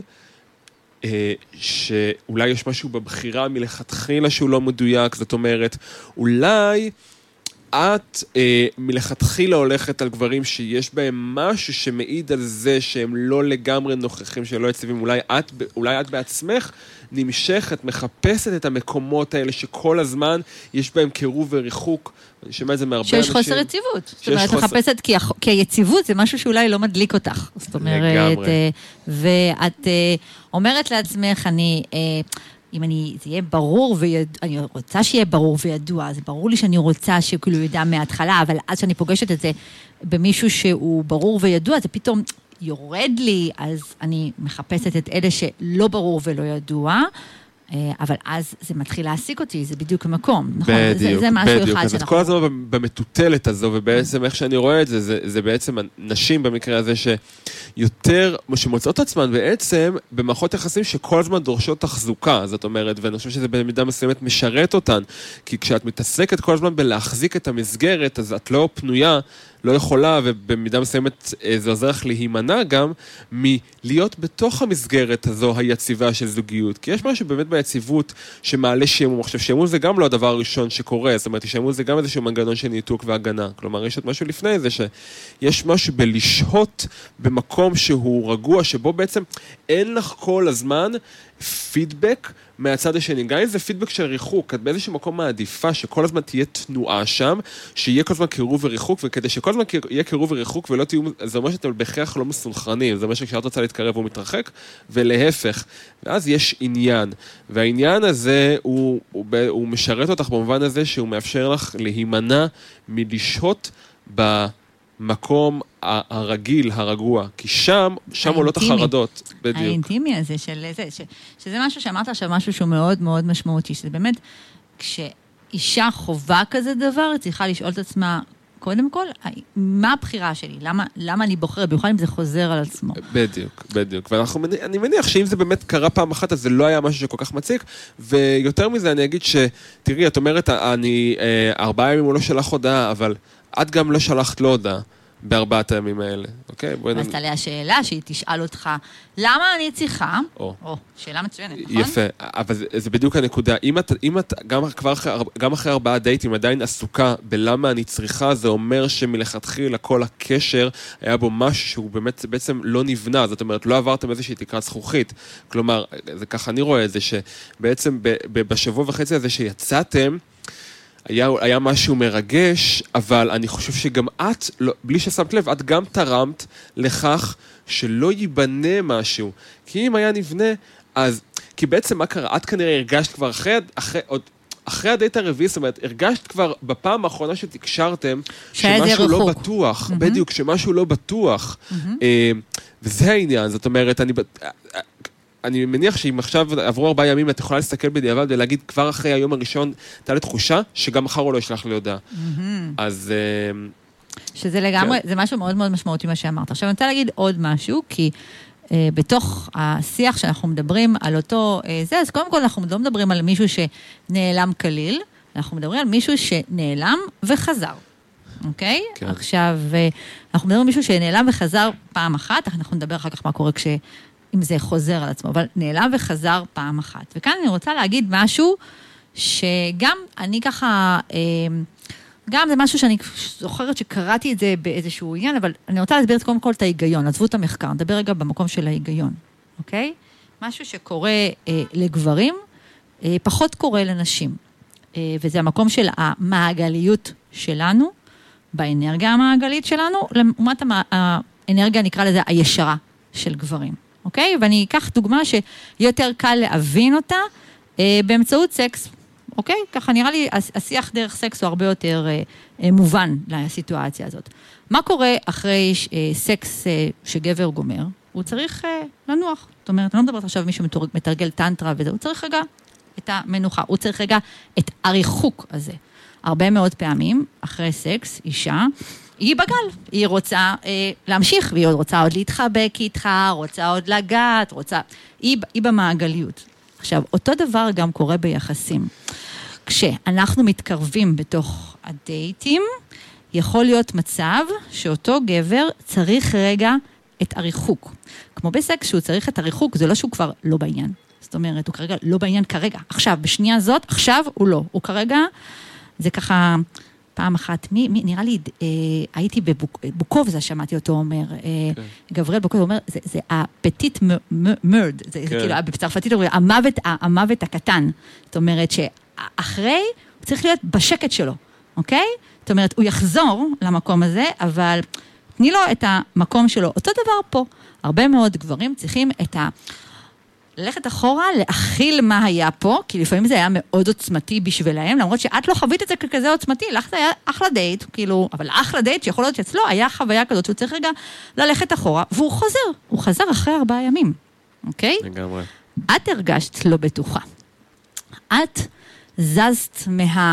S2: שאולי יש משהו בבחירה מלכתחילה שהוא לא מדויק, זאת אומרת, אולי את מלכתחילה הולכת על גברים שיש בהם משהו שמעיד על זה שהם לא לגמרי נוכחים, שלא יציבים, אולי את בעצמך נמשכת, מחפשת את המקומות האלה שכל הזמן יש בהם קירוב וריחוק, אני שומע את זה מהרבה אנשים.
S1: שיש חוסר יציבות, זאת אומרת, מחפשת, כי היציבות זה משהו שאולי לא מדליק אותך, זאת אומרת, ואת אומרת לעצמך, אם זה יהיה ברור אני רוצה שיהיה ברור וידוע, זה ברור לי שאני רוצה שכאילו ידע מההתחלה, אבל אז שאני פוגשת את זה במישהו שהוא ברור וידוע, זה פתאום יורד לי, אז אני מחפשת את אלה שלא ברור ולא ידוע, אבל אז זה מתחיל להעסיק אותי, זה בדיוק המקום, נכון?
S2: בדיוק,
S1: זה משהו אחד
S2: אז כל הזמן במטוטלת הזו, ובעצם איך שאני רואה את זה, זה בעצם הנשים במקרה הזה שיותר, שמוצאות עצמן בעצם במערכות יחסים שכל הזמן דורשות תחזוקה, זאת אומרת, ואני חושב שזה במידה מסוימת משרת אותן, כי כשאת מתעסקת כל הזמן בלהחזיק את המסגרת, אז את לא פנויה, לא יכולה, ובמידה מסוימת זה עוזר לך להימנע גם מלהיות בתוך המסגרת הזו היציבה של זוגיות. כי יש משהו באמת ביציבות שמעלה שעמום. עכשיו, שעמום זה גם לא הדבר הראשון שקורה, זאת אומרת, שעמום זה גם איזשהו מנגנון של ניתוק והגנה. כלומר, יש עוד משהו לפני זה, שיש משהו בלשהות במקום שהוא רגוע, שבו בעצם אין לך כל הזמן פידבק מהצד השני, גם אם זה פידבק של ריחוק, את באיזשהו מקום מעדיפה שכל הזמן תהיה תנועה שם, שיהיה כל הזמן קירוב וריחוק, וכדי שכל הזמן יהיה קירוב וריחוק ולא תהיו, זה אומר שאתם בכך לא מסונכרנים, זה אומר שכשאת רוצה להתקרב הוא מתרחק, ולהפך, ואז יש עניין, והעניין הזה הוא משרת אותך במובן הזה שהוא מאפשר לך להימנע מלשהות המקום הרגיל, הרגוע, כי שם עולות החרדות, בדיוק.
S1: האינטימי הזה שזה משהו שאמרת עכשיו, משהו שהוא מאוד מאוד משמעותי, שזה באמת, כשאישה חובה כזה דבר, היא צריכה לשאול את עצמה, קודם כל, מה הבחירה שלי? למה אני בוחרת? במיוחד אם זה חוזר על עצמו.
S2: בדיוק. ואני מניח שאם זה באמת קרה פעם אחת, אז זה לא היה משהו שכל כך מציק, ויותר מזה אני אגיד תראי, את אומרת, אני 4 ימים הוא לא שלח הודעה, אבל את גם לא שלחת לו הודעה. ב4 הימים האלה, אוקיי?
S1: אז תעלה השאלה שהיא תשאל אותך, למה אני צריכה? שאלה מצוינת, נכון?
S2: יפה, אבל זה בדיוק הנקודה. אם את גם אחרי 4 דייטים עדיין עסוקה בלמה אני צריכה, זה אומר שמלכתחילה כל הקשר היה בו משהו שהוא בעצם לא נבנה, זאת אומרת, לא עברתם איזושהי תקרת זכוכית. כלומר, זה ככה אני רואה את זה, שבעצם בשבוע וחצי הזה שיצאתם, היה משהו מרגש, אבל אני חושב שגם את, בלי ששמת לב, את גם תרמת לכך שלא ייבנה משהו. כי אם היה נבנה, אז, כי בעצם מה קרה? את כנראה הרגשת כבר אחרי הדייט הרביעי, זאת אומרת, הרגשת כבר בפעם האחרונה שתקשרתם, שמשהו לא בטוח. בדיוק, שמשהו לא בטוח. וזה העניין, זאת אומרת, אני מניח שאם עכשיו עברו 4 ימים, את יכולה להסתכל בדיעבד ולהגיד, כבר אחרי היום הראשון, תהיה לי תחושה שגם מחר הוא לא ישלח לי הודעה. אז...
S1: שזה לגמרי, זה משהו מאוד מאוד משמעותי מה שאמרת. עכשיו, אני רוצה להגיד עוד משהו, כי בתוך השיח שאנחנו מדברים על אותו אז קודם כל אנחנו לא מדברים על מישהו שנעלם כליל, אנחנו מדברים על מישהו שנעלם וחזר. אוקיי? עכשיו, אנחנו מדברים על מישהו שנעלם וחזר פעם אחת, אנחנו נדבר אחר כך מה קורה אם זה חוזר על עצמו, אבל נעלם וחזר פעם אחת. וכאן אני רוצה להגיד משהו שגם אני ככה, גם זה משהו שאני זוכרת שקראתי את זה באיזשהו עניין, אבל אני רוצה להסביר קודם כל את ההיגיון, עזבו את המחקר, נדבר רגע במקום של ההיגיון, אוקיי? משהו שקורה לגברים, פחות קורה לנשים, וזה המקום של המעגליות שלנו, באנרגיה המעגלית שלנו, לעומת האנרגיה, נקרא לזה, הישרה של גברים. אוקיי? ואני אקח דוגמה שיותר קל להבין אותה באמצעות סקס. אוקיי? ככה נראה לי, השיח דרך סקס הוא הרבה יותר מובן לסיטואציה הזאת. מה קורה אחרי סקס שגבר גומר? הוא צריך לנוח. זאת אומרת, אני לא מדברת עכשיו מישהו מתרגל טנטרה וזה, הוא צריך רגע את המנוחה, הוא צריך רגע את הריחוק הזה. הרבה מאוד פעמים, אחרי סקס, אישה, היא בגל, היא רוצה להמשיך, והיא רוצה עוד להתחבק איתך, רוצה עוד לגעת, היא במעגליות. עכשיו, אותו דבר גם קורה ביחסים. כשאנחנו מתקרבים בתוך הדייטים, יכול להיות מצב שאותו גבר צריך רגע את הריחוק. כמו בסקס, שהוא צריך את הריחוק, זה לא שהוא כבר לא בעניין. זאת אומרת, הוא כרגע לא בעניין כרגע. עכשיו, בשנייה זאת, עכשיו הוא לא. הוא כרגע, זה ככה... פעם אחת, נראה לי, הייתי בבוקוב, זה שמעתי אותו אומר, גבריאל בוקוב אומר, זה הפטיט מרד, זה כאילו, בצרפתית אומרים, המוות הקטן. זאת אומרת שאחרי, הוא צריך להיות בשקט שלו, אוקיי? זאת אומרת, הוא יחזור למקום הזה, אבל תני לו את המקום שלו. אותו דבר פה, הרבה מאוד גברים צריכים את ללכת אחורה, להכיל מה היה פה, כי לפעמים זה היה מאוד עוצמתי בשבילהם, למרות שאת לא חווית את זה ככזה עוצמתי, לך זה היה אחלה דייט, כאילו, אבל אחלה דייט שיכול להיות שאצלו היה חוויה כזאת, שהוא צריך רגע ללכת אחורה, והוא חוזר, הוא חזר אחרי 4 ימים, אוקיי?
S2: לגמרי.
S1: את הרגשת לא בטוחה. את זזת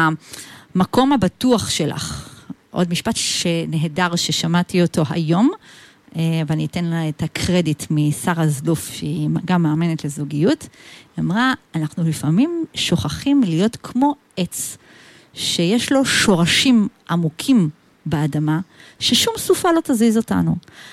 S1: מהמקום הבטוח שלך. עוד משפט שנהדר ששמעתי אותו היום, ואני אתן לה את הקרדיט משרה זלוף, שהיא גם מאמנת לזוגיות, היא אמרה, אנחנו לפעמים שוכחים להיות כמו עץ, שיש לו שורשים עמוקים באדמה, ששום סופה לא תזיז אותנו.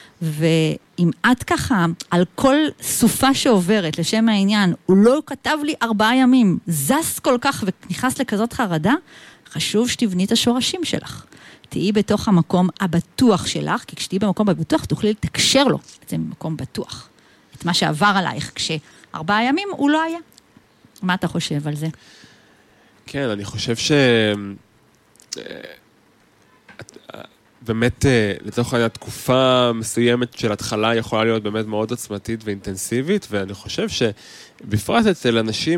S1: ואם את ככה, על כל סופה שעוברת, לשם העניין, הוא לא כתב לי 4 ימים, זז כל כך ונכנס לכזאת חרדה, חשוב שתבני את השורשים שלך. תהיי בתוך המקום הבטוח שלך, כי כשתהיי במקום הבטוח, תוכלי לתקשר לו, זה מקום בטוח. את מה שעבר עלייך, כש4 ימים הוא לא היה. מה אתה חושב על זה?
S2: כן, אני חושב באמת, לצורך העניין, תקופה מסוימת של התחלה יכולה להיות באמת מאוד עוצמתית ואינטנסיבית, ואני חושב שבפרט אצל אנשים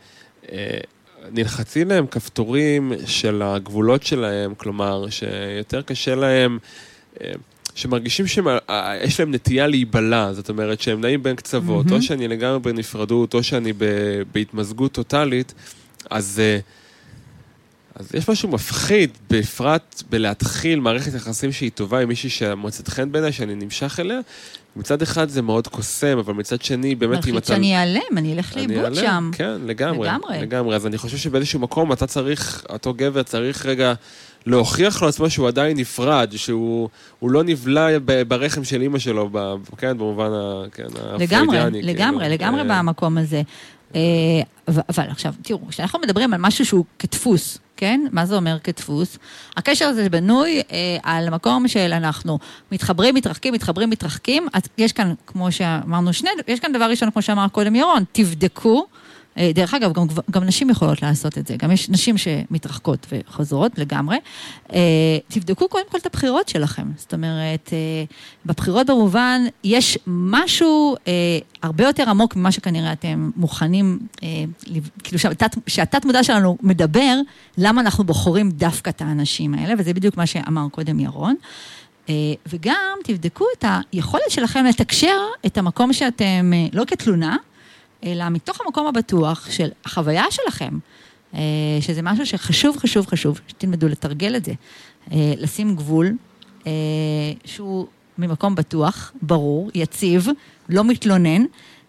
S2: נלחצים להם כפתורים של הגבולות שלהם, כלומר, שיותר קשה להם שמרגישים שיש להם נטייה להיבלה, זאת אומרת שהם נעים בין קצוות, או שאני לגמרי בנפרדות, או שאני בהתמזגות טוטלית, אז יש משהו מפחיד, בפרט בלהתחיל מערכת יחסים שהיא טובה עם מישהי שמוצאת חן בעיניי, שאני נמשך אליה. מצד אחד זה מאוד קוסם, אבל מצד שני, באמת אם אתה...
S1: שאני אעלם, אני אלך לאיבוד שם.
S2: כן, לגמרי. אז אני חושב שבאיזשהו מקום אתה צריך, אותו גבר צריך רגע להוכיח לו עצמו שהוא עדיין נפרד, שהוא לא נבלע ברחם של אמא שלו, כן, במובן הפריידיאני.
S1: לגמרי במקום הזה. אבל עכשיו, תראו, כשאנחנו מדברים על משהו שהוא כדפוס, כן? מה זה אומר כדפוס? הקשר הזה בנוי על מקום של אנחנו מתחברים, מתרחקים, אז יש כאן, כמו שאמרנו יש כאן דבר ראשון, כמו שאמר קודם ירון, תבדקו, דרך אגב, גם נשים יכולות לעשות את זה, גם יש נשים שמתרחקות וחוזרות לגמרי, תבדקו קודם כל את הבחירות שלכם, זאת אומרת, בבחירות במובן, יש משהו הרבה יותר עמוק ממה שכנראה אתם מוכנים, כאילו שהתת מודע שלנו מדבר, למה אנחנו בוחרים דווקא את האנשים האלה, וזה בדיוק מה שאמר קודם ירון, וגם תבדקו את היכולת שלכם לתקשר את המקום שאתם, לא כתלונה, אלא מתוך המקום הבטוח של החוויה שלכם, שזה משהו שחשוב, שתלמדו לתרגל את זה, לשים גבול, שהוא ממקום בטוח, ברור, יציב, לא מתלונן,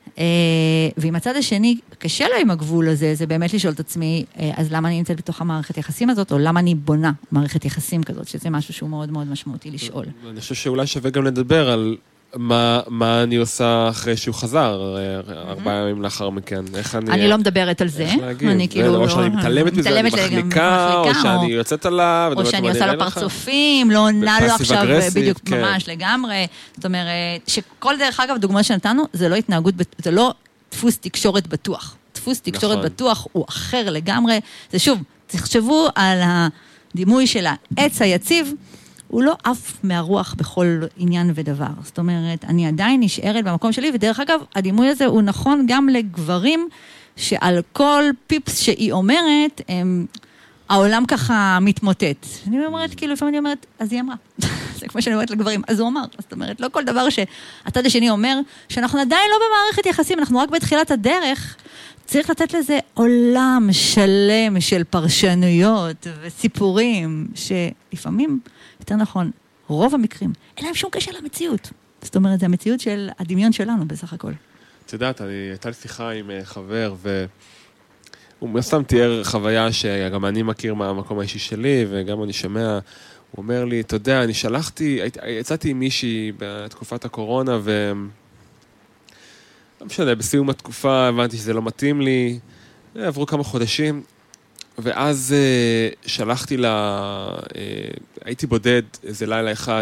S1: ועם הצד השני, קשה לו עם הגבול הזה, זה באמת לשאול את עצמי, אז למה אני נמצאת בתוך המערכת יחסים הזאת, או למה אני בונה מערכת יחסים כזאת, שזה משהו שהוא מאוד מאוד משמעותי לשאול.
S2: אני חושב שאולי שווה גם לדבר על מה אני עושה אחרי שהוא חזר, 4 ימים לאחר מכן, איך
S1: אני לא מדברת על זה,
S2: אני כאילו, או שאני מתעלמת מזה, אני מחליקה, או שאני יוצאת עליו,
S1: או שאני עושה לו פרצופים, לא עונה לו עכשיו בדיוק ממש לגמרי, זאת אומרת, שכל דרך אגב, דוגמה שנתנו, זה לא התנהגות, זה לא דפוס תקשורת בטוח, דפוס תקשורת בטוח הוא אחר לגמרי, זה שוב, תחשבו על הדימוי של העץ היציב, הוא לא אף מהרוח בכל עניין ודבר. זאת אומרת, אני עדיין נשארת במקום שלי, ודרך אגב, הדימוי הזה הוא נכון גם לגברים, שעל כל פיפס שהיא אומרת, העולם ככה מתמוטט. אני אומרת, כאילו, לפעמים אני אומרת, אז היא אמרה. זה כמו שאני אומרת לגברים, אז הוא אמר. זאת אומרת, לא כל דבר שהצד השני אומר, שאנחנו עדיין לא במערכת יחסים, אנחנו רק בתחילת הדרך, צריך לתת לזה עולם שלם של פרשנויות וסיפורים, שלפעמים, יותר נכון, רוב המקרים, אין להם שום קשר למציאות. זאת אומרת, זה המציאות של הדמיון שלנו בסך הכל.
S2: את יודעת, הייתה לי שיחה עם חבר, והוא סתם תיאר חוויה שגם אני מכיר מהמקום האישי שלי, וגם אני שומע, הוא אומר לי, אתה יודע, אני יצאתי עם מישהי בתקופת הקורונה, לא משנה, בסיום התקופה הבנתי שזה לא מתאים לי, עברו כמה חודשים, ואז שלחתי לה, הייתי בודד איזה לילה אחד,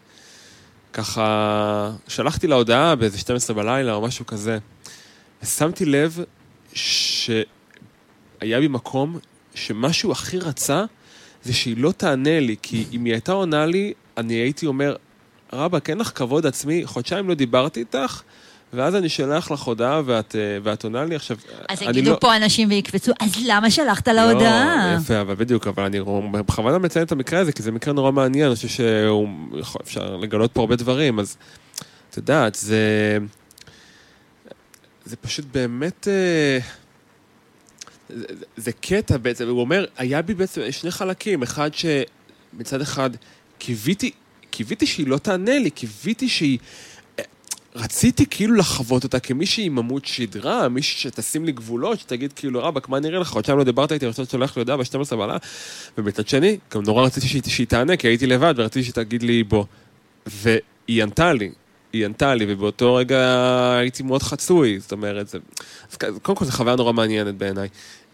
S2: וככה שלחתי לה הודעה באיזה 12 בלילה או משהו כזה, ושמתי לב שהיה בי מקום שמשהו הכי רצה, זה שהיא לא תענה לי, כי אם היא הייתה עונה לי, אני הייתי אומר, רבא, כן לך כבוד עצמי, חודשיים לא דיברתי איתך, ואז אני שלח לך הודעה, ואת עונה לי עכשיו...
S1: אז יגידו פה אנשים ויקפצו, אז למה שלחת לה הודעה?
S2: לא, יפה, אבל בדיוק, אבל אני בכוונה מציין את המקרה הזה, כי זה מקרה נורא מעניין, אני חושב שאפשר לגלות פה הרבה דברים, אז את יודעת, זה פשוט באמת... זה קטע בעצם, הוא אומר, היה בי בעצם שני חלקים, אחד שמצד אחד קיוויתי שהיא לא תענה לי, קיוויתי שהיא... רציתי כאילו לחוות אותה כמישהי עם עמוד שדרה, מישהי שתשים לי גבולות, שתגיד כאילו, רבק, מה נראה לך? עוד שם לא דיברת איתי, רציתי שולח לי הודעה ב-12 בלילה, ומצד שני, גם נורא רציתי שהיא תענה, כי הייתי לבד, ורציתי שתגיד לי בוא. והיא ענתה לי, ובאותו רגע הייתי מאוד חצוי, זאת אומרת, קודם כל זו חוויה נורא מעניינת בעיניי.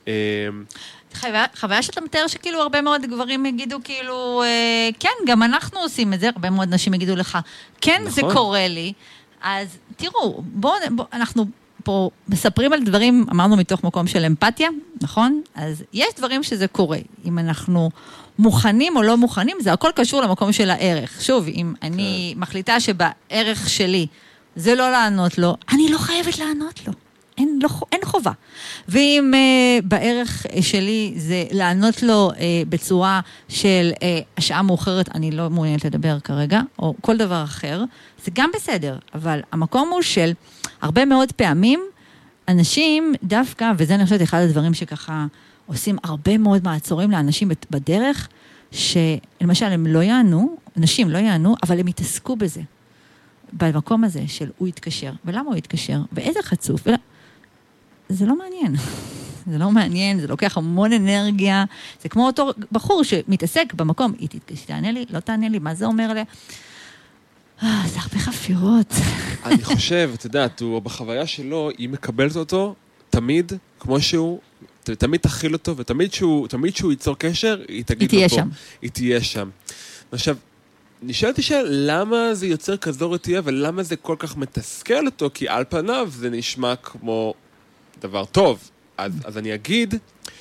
S1: חוויה שאתה מתאר שכאילו הרבה מאוד גברים יגידו כאילו, כן, גם אנחנו עושים את זה, הרבה מאוד נשים יגידו לך, כן, זה קורה לי, אז תראו, בואו, אנחנו פה מספרים על דברים, אמרנו מתוך מקום של אמפתיה, נכון? אז יש דברים שזה קורה, אם אנחנו מוכנים או לא מוכנים, זה הכל קשור למקום של הערך. שוב, אם אני מחליטה שבערך שלי זה לא לענות לו, אני לא חייבת לענות לו. אין חובה. ואם בערך שלי זה לענות לו בצורה של השעה מאוחרת, אני לא מעוניינת לדבר כרגע, או כל דבר אחר, זה גם בסדר, אבל המקום הוא של הרבה מאוד פעמים, אנשים דווקא, וזה אני חושבת אחד הדברים שככה עושים הרבה מאוד מעצורים לאנשים בדרך, שלמשל הם לא יענו, אנשים לא יענו, אבל הם יתעסקו בזה. במקום הזה של הוא יתקשר, ולמה הוא יתקשר, ואיזה חצוף, זה לא מעניין. זה לא מעניין, זה לוקח המון אנרגיה, זה כמו אותו בחור שמתעסק במקום, היא תענה לי, לא תענה לי, מה זה אומר עליה? זה הרבה חפירות.
S2: אני חושב, אתה יודע, בחוויה שלו, היא מקבלת אותו תמיד, כמו שהוא, תמיד תכיל אותו, ותמיד שהוא ייצור קשר, היא תגיד לו פה. היא תהיה שם. עכשיו, נשאלתי למה זה יוצר כזו רתיעה, ולמה זה כל כך מתסכל אותו, כי על פניו זה נשמע כמו דבר טוב. אז אני אגיד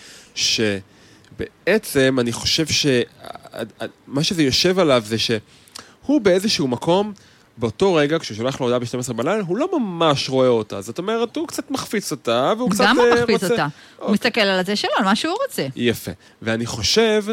S2: שבעצם אני חושב שמה שזה יושב עליו זה שהוא באיזשהו מקום, באותו רגע, כשהוא שולח לו הודעה ב-12 בלילה, הוא לא ממש רואה אותה. זאת אומרת, הוא קצת מחפיץ אותה, והוא קצת
S1: גם הוא מחפיץ אותה. הוא מסתכל על זה שלו, על מה שהוא רוצה.
S2: יפה. ואני חושב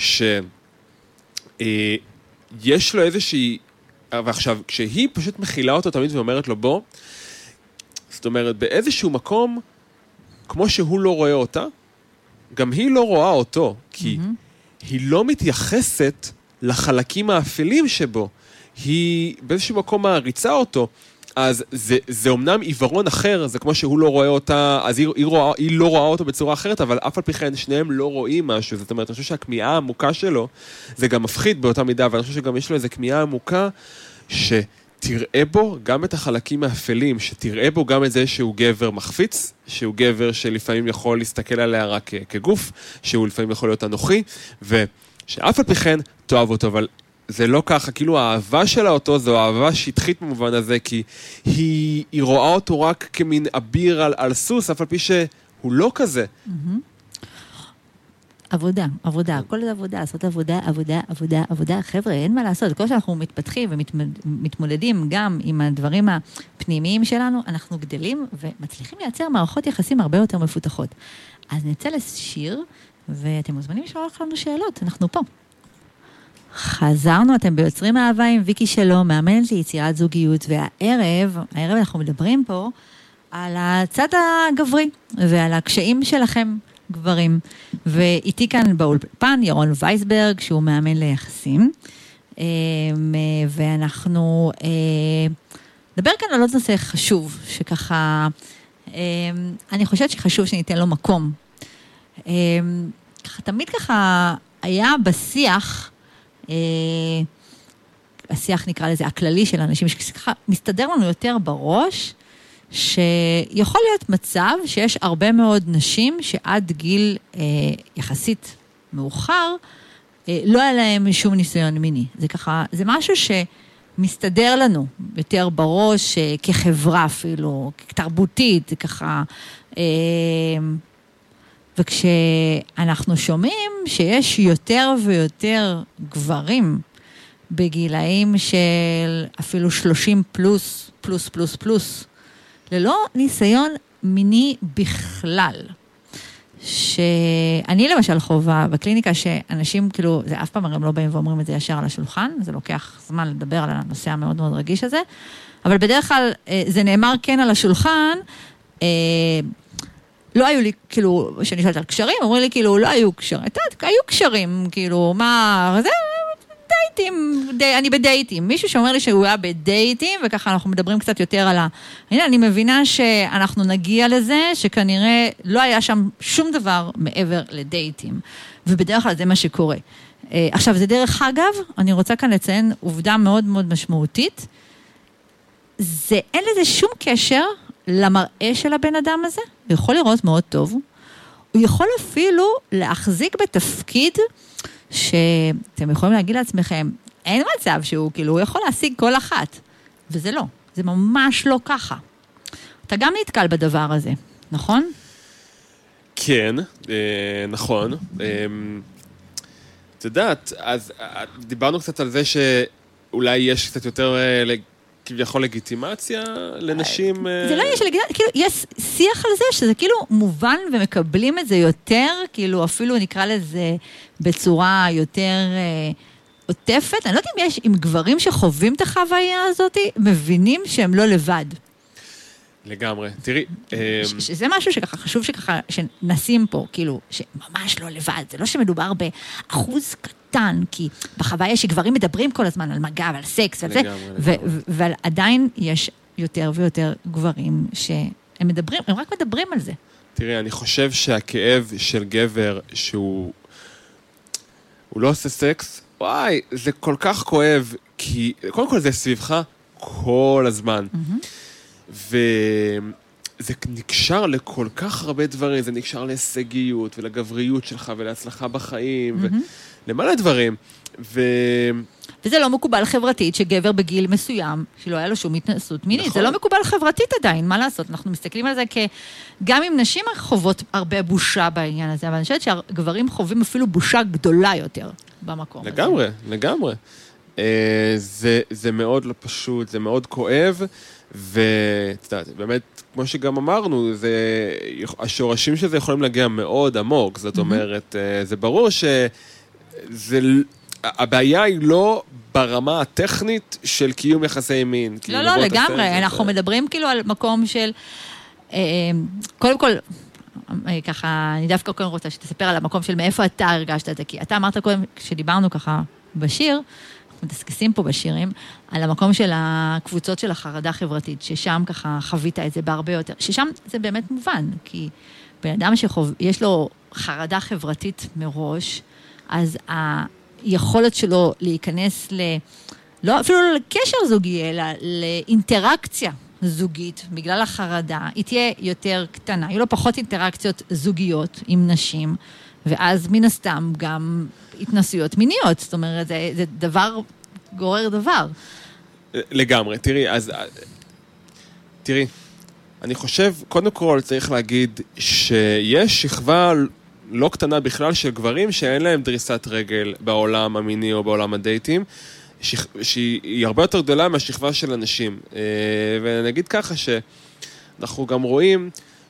S2: יש לו איזושהי, ועכשיו, כשהיא פשוט מכילה אותו תמיד ואומרת לו בוא, זאת אומרת, באיזשהו מקום, כמו שהוא לא רואה אותה, גם היא לא רואה אותו, כי היא לא מתייחסת לחלקים האפלים שבו, היא באיזשהו מקום מעריצה אותו, אז זה אומנם עיוורון אחר, זה כמו שהוא לא רואה אותה, אז היא לא רואה אותו בצורה אחרת, אבל אף על פי כן שניהם לא רואים משהו, זאת אומרת, אני חושב שהכמיהה העמוקה שלו, זה גם מפחיד באותה מידה, ואני חושב שגם יש לו איזו כמיהה עמוקה, שתראה בו גם את החלקים האפלים, שתראה בו גם את זה שהוא גבר מחפיץ, שהוא גבר שלפעמים יכול להסתכל עליה רק כגוף, שהוא לפעמים יכול להיות אנוכי, ושאף על פי כן תאהב אותו, אבל זה לא ככה, כאילו האהבה שלה אותו, זו אהבה שטחית במובן הזה, כי היא רואה אותו רק כמין אביר על סוס, אף על פי שהוא לא כזה.
S1: עבודה, הכל זה עבודה, לעשות עבודה, חבר'ה, אין מה לעשות, כל שאנחנו מתפתחים ומתמודדים גם עם הדברים הפנימיים שלנו, אנחנו גדלים ומצליחים לייצר מערכות יחסים הרבה יותר מפותחות. אז נצא לשיר, ואתם מוזמנים לשאול לנו שאלות, אנחנו פה. חזרנו, אתם ביוצרים אהבה עם ויקי שלום, מאמנת ליצירת זוגיות, והערב אנחנו מדברים פה על הצד הגברי, ועל הקשיים שלכם, גברים. ואיתי כאן באולפן, ירון וייסברג, שהוא מאמן ליחסים, ואנחנו נדבר כאן על עוד נושא חשוב, שככה, אני חושבת שחשוב שניתן לו מקום. תמיד ככה היה בשיח, השיח נקרא לזה הכללי של אנשים, שככה מסתדר לנו יותר בראש, שיכול להיות מצב שיש הרבה מאוד נשים שעד גיל יחסית מאוחר, לא היה להם שום ניסיון מיני. זה ככה, זה משהו שמסתדר לנו יותר בראש, כחברה אפילו, תרבותית, זה ככה, וכשאנחנו שומעים שיש יותר ויותר גברים בגילאים של אפילו 30 פלוס, ללא ניסיון מיני בכלל. שאני למשל חובה בקליניקה שאנשים כאילו, זה אף פעם הם לא באים ואומרים את זה ישר על השולחן, זה לוקח זמן לדבר על הנושא המאוד מאוד רגיש הזה, אבל בדרך כלל זה נאמר כן על השולחן, לא היו לי, כאילו, כשאני שואלת על קשרים, אומרים לי, כאילו, לא היו קשרים. היו קשרים, כאילו, מה, זה דייטים, אני בדייטים. מישהו שאומר לי שהוא היה בדייטים, וככה אנחנו מדברים קצת יותר על הנה, אני מבינה שאנחנו נגיע לזה, שכנראה לא היה שם שום דבר מעבר לדייטים. ובדרך כלל זה מה שקורה. עכשיו, זה דרך אגב, אני רוצה כאן לציין עובדה מאוד מאוד משמעותית. אין לזה שום קשר למראה של הבן אדם הזה, הוא יכול לראות מאוד טוב, הוא יכול אפילו להחזיק בתפקיד שאתם יכולים להגיד לעצמכם, אין מצב שהוא כאילו, הוא יכול להשיג כל אחת, וזה לא, זה ממש לא ככה. אתה גם נתקל בדבר הזה, נכון?
S2: כן, נכון. את יודעת, אז דיברנו קצת על זה שאולי יש קצת יותר כביכול לגיטימציה לנשים...
S1: זה לא יש לגיטימציה, כאילו, יש שיח על זה, שזה כאילו מובן ומקבלים את זה יותר, כאילו אפילו נקרא לזה בצורה יותר עוטפת. אני לא יודעת אם גברים שחווים את החוויה הזאת, מבינים שהם לא לבד.
S2: לגמרי. תראי...
S1: שזה משהו שככה חשוב שככה, שנשים פה, כאילו, שממש לא לבד. זה לא שמדובר באחוז קטן, כי בחוויה שגברים מדברים כל הזמן על מגע ועל סקס ועל זה, אבל עדיין יש יותר ויותר גברים שהם מדברים, הם רק מדברים על זה.
S2: תראי, אני חושב שהכאב של גבר שהוא לא עושה סקס, וואי, זה כל כך כואב, כי קודם כל זה סביבך כל הזמן. וזה נקשר לכל כך הרבה דברים, זה נקשר להישגיות ולגבריות שלך ולהצלחה בחיים ולמלא דברים.
S1: וזה לא מקובל חברתית שגבר בגיל מסוים, שלא היה לו שום התנסות מינית, נכון. זה לא מקובל חברתית עדיין, מה לעשות? אנחנו מסתכלים על זה גם אם נשים חוות הרבה בושה בעניין הזה, אבל אני חושבת שהגברים חווים אפילו בושה גדולה יותר במקום
S2: לגמרי,
S1: הזה.
S2: לגמרי. זה מאוד לא פשוט, זה מאוד כואב, ובאמת, כמו שגם אמרנו, השורשים של זה יכולים להגיע מאוד עמוק, זאת אומרת, זה ברור הבעיה היא לא ברמה הטכנית של קיום יחסי מין.
S1: לא, לא, לגמרי, אנחנו מדברים כאילו על מקום של, קודם כל, ככה, אני דווקא קודם רוצה שתספר על המקום של מאיפה אתה הרגשת את זה, כי אתה אמרת קודם, כשדיברנו ככה בשיר, אנחנו מדסקסים פה בשירים, על המקום של הקבוצות של החרדה החברתית, ששם ככה חווית את זה בהרבה יותר, ששם זה באמת מובן, כי בן אדם שיש לו חרדה חברתית מראש, אז היכולת שלו להיכנס לא אפילו לא לקשר זוגי, אלא לאינטראקציה זוגית, בגלל החרדה, היא תהיה יותר קטנה, יהיו לו פחות אינטראקציות זוגיות עם נשים, ואז מן הסתם גם התנסויות מיניות, זאת אומרת, זה דבר, גורר דבר.
S2: לגמרי, תראי, אני חושב, קודם כל צריך להגיד שיש שכבה לא קטנה בכלל של גברים שאין להם דריסת רגל בעולם המיני או בעולם הדייטים, שהיא הרבה יותר גדולה מהשכבה של אנשים. ונגיד ככה שאנחנו גם רואים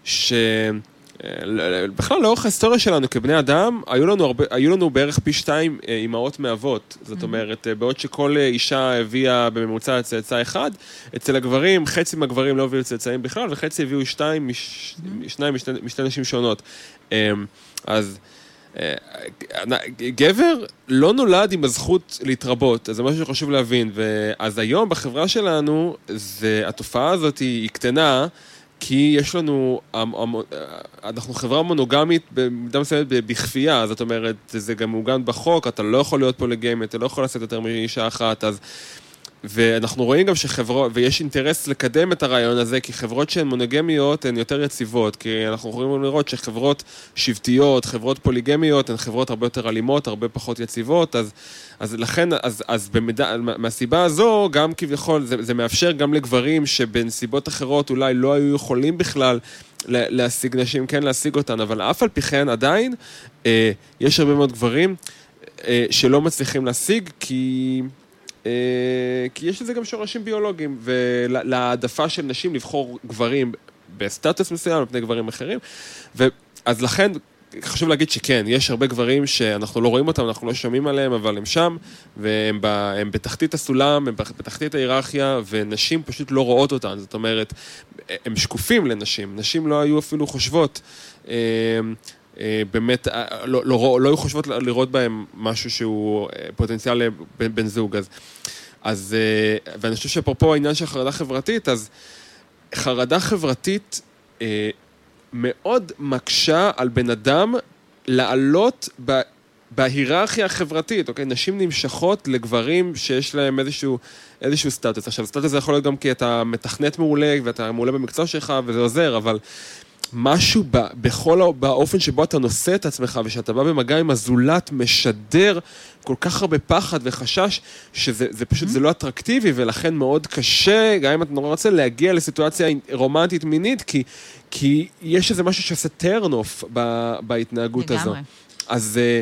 S2: בכלל לאורך ההיסטוריה שלנו כבני אדם, היו לנו בערך פי 2 אימהות מאבות. זאת אומרת, בעוד שכל אישה הביאה בממוצע צאצא אחד, אצל הגברים, חצי מהגברים לא הביאו צאצאים בכלל, וחצי הביאו שניים משתי נשים שונות. אז גבר לא נולד עם הזכות להתרבות, אז זה משהו שחשוב להבין, ואז היום בחברה שלנו, התופעה הזאת היא קטנה, כי יש לנו, אנחנו חברה מונוגמית במידה מסוימת בכפייה, זאת אומרת, זה גם מעוגן בחוק, אתה לא יכול להיות פוליגמי, אתה לא יכול לעשות יותר מאישה אחת, ואנחנו רואים גם ויש אינטרס לקדם את הרעיון הזה, כי חברות שהן מונוגמיות הן יותר יציבות, כי אנחנו יכולים לראות שחברות שבטיות, חברות פוליגמיות, הן חברות הרבה יותר אלימות, הרבה פחות יציבות, אז לכן, מהסיבה הזו, גם כביכול, זה מאפשר גם לגברים שבנסיבות אחרות אולי לא היו יכולים בכלל להשיג נשים, כן להשיג אותן, אבל אף על פי כן עדיין, יש הרבה מאוד גברים שלא מצליחים להשיג, כי יש לזה גם שורשים ביולוגיים, ולהעדפה של נשים לבחור גברים בסטטוס מסוים, על פני גברים אחרים, אז לכן, חשוב להגיד שכן, יש הרבה גברים שאנחנו לא רואים אותם, אנחנו לא שומעים עליהם, אבל הם שם, והם בתחתית הסולם, הם בתחתית ההיררכיה, ונשים פשוט לא רואות אותן, זאת אומרת, הם שקופים לנשים, נשים לא היו אפילו חושבות, באמת, לא היו חושבות לראות בהם משהו שהוא פוטנציאל בן זוג, אז ואני חושב שפרופו העניין של חרדה חברתית, אז חרדה חברתית מאוד מקשה על בן אדם לעלות בהיררכיה החברתית, אוקיי? נשים נמשכות לגברים שיש להם איזשהו סטטוס. עכשיו, סטטוס זה יכול להיות גם כי אתה מתכנת מעולה, ואתה מעולה במקצוע שלך, וזה עוזר, אבל משהו באופן שבו אתה נושא את עצמך, ושאתה בא במגע עם הזולת, משדר כל כך הרבה פחד וחשש, שזה פשוט, זה לא אטרקטיבי, ולכן מאוד קשה, גם אם אתה נורא רוצה, להגיע לסיטואציה רומנטית מינית, כי יש איזה משהו שעושה טרן-אוף בהתנהגות הזו.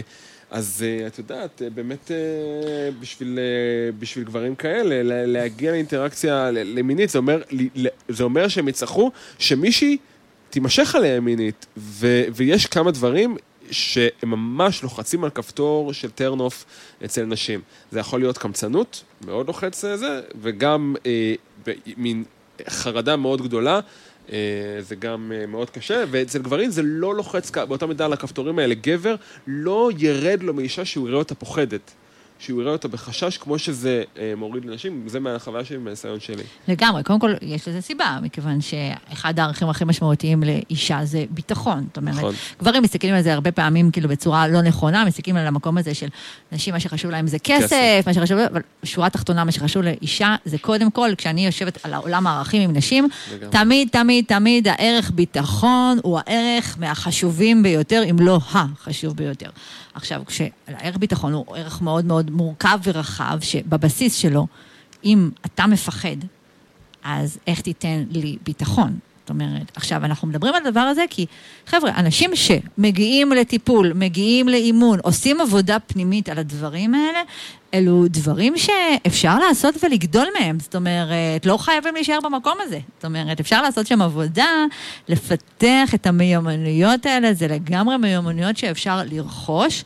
S2: אז את יודעת, באמת בשביל גברים כאלה, להגיע לאינטראקציה למינית, זה אומר שהם יצטרכו שמישהי תימשך עליהם מינית, ויש כמה דברים שהם ממש לוחצים על כפתור של טרנוף אצל נשים. זה יכול להיות קמצנות, מאוד לוחץ זה, וגם מין חרדה מאוד גדולה, זה גם מאוד קשה, ואצל גברים זה לא לוחץ באותה מידה על הכפתורים האלה. גבר לא ירד לו מאישה שהוא יראה אותה פוחדת, שהוא יראה אותה בחשש, כמו שזה מוריד לנשים, זה מהחוויה שלי, מהניסיון שלי.
S1: לגמרי, קודם כל יש לזה סיבה, מכיוון שאחד הערכים הכי משמעותיים לאישה זה ביטחון. זאת אומרת, נכון. גברים מסתכלים על זה הרבה פעמים כאילו בצורה לא נכונה, מסתכלים על המקום הזה של נשים, מה שחשוב להם זה כסף, מה שחשוב, אבל שורה תחתונה, מה שחשוב לאישה זה קודם כל, כשאני יושבת על העולם הערכים עם נשים, תמיד הערך ביטחון הוא הערך מהחשובים ביותר, אם לא החשוב ביותר. עכשיו, כשהערך ביטחון הוא ערך מאוד מאוד מורכב ורחב, שבבסיס שלו, אם אתה מפחד, אז איך תיתן לי ביטחון? זאת אומרת, עכשיו אנחנו מדברים על הדבר הזה, כי חבר'ה, אנשים שמגיעים לטיפול, מגיעים לאימון, עושים עבודה פנימית על הדברים האלה, אלו דברים שאפשר לעשות ולגדול מהם. זאת אומרת, לא חייבים להישאר במקום הזה. זאת אומרת, אפשר לעשות שם עבודה, לפתח את המיומנויות האלה, זה לגמרי מיומנויות שאפשר לרכוש,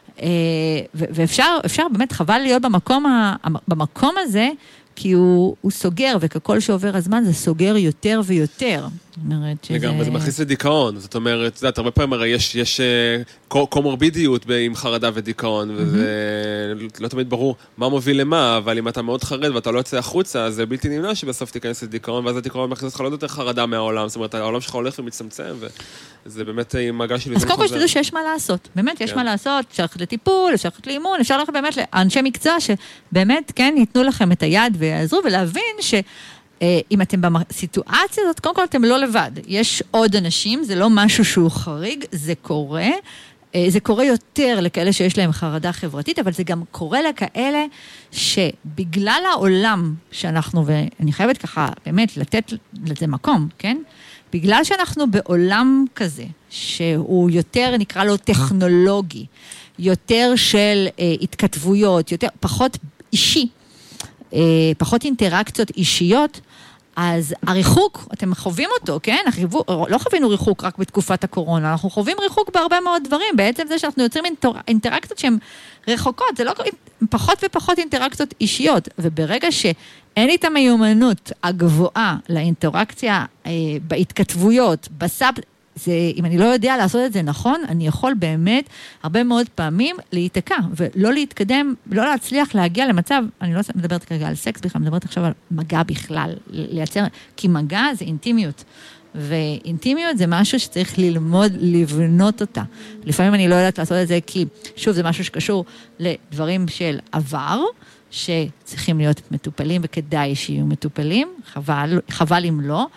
S1: ואפשר באמת חבל להיות במקום הזה, כי הוא סוגר, וככל שעובר הזמן זה סוגר יותר ויותר.
S2: לגמרי, זה מכניס לדיכאון. זאת אומרת, הרבה פעמים הרי יש קומורבידיות עם חרדה ודיכאון, וזה לא תמיד ברור מה מוביל למה, אבל אם אתה מאוד חרד ואתה לא יוצא החוצה, זה בלתי נמנע שבסוף תיכנס לדיכאון, ואז הדיכאון מכניס לך לא יותר חרדה מהעולם. זאת אומרת, העולם שלך הולך ומצמצם, וזה באמת עם מגע של...
S1: אז קודם כל שתדעו שיש מה לעשות. באמת, יש מה לעשות. אפשר ללכת לטיפול, אפשר ללכת לאימון, אפשר ללכת באמת לאנשי מקצוע שבאמת, כן, ייתנו לכם את היד ויעזרו, ולהבין שאם אתם בסיטואציה הזאת, קודם כל אתם לא לבד. יש עוד אנשים, זה לא משהו שהוא חריג, זה קורה. זה קורה יותר לכאלה שיש להם חרדה חברתית, אבל זה גם קורה לכאלה שבגלל העולם שאנחנו, ואני חייבת ככה באמת לתת לזה מקום, כן? בגלל שאנחנו בעולם כזה, שהוא יותר נקרא לו טכנולוגי, יותר של התכתבויות, פחות אישי, פחות אינטראקציות אישיות, אז הריחוק, אתם חווים אותו, כן? לא חווינו ריחוק רק בתקופת הקורונה, אנחנו חווים ריחוק בהרבה מאוד דברים, בעצם זה שאנחנו יוצרים אינטראקציות שהן רחוקות, זה לא פחות ופחות אינטראקציות אישיות, וברגע שאין לי את המיומנות הגבוהה לאינטראקציה בהתכתבויות, אם אני לא יודע לעשות את זה נכון, אני יכול באמת הרבה מאוד פעמים להיתקע, ולא להתקדם, לא להצליח להגיע למצב, אני לא מדברת כרגע על סקס בכלל, מדברת עכשיו על מגע בכלל, לייצר, כי מגע זה אינטימיות, ואינטימיות זה משהו שצריך ללמוד לבנות אותה. לפעמים אני לא יודעת לעשות את זה, כי שוב זה משהו שקשור לדברים של עבר, שצריכים להיות מטופלים, וכדאי שיהיו מטופלים, חבל אם לא,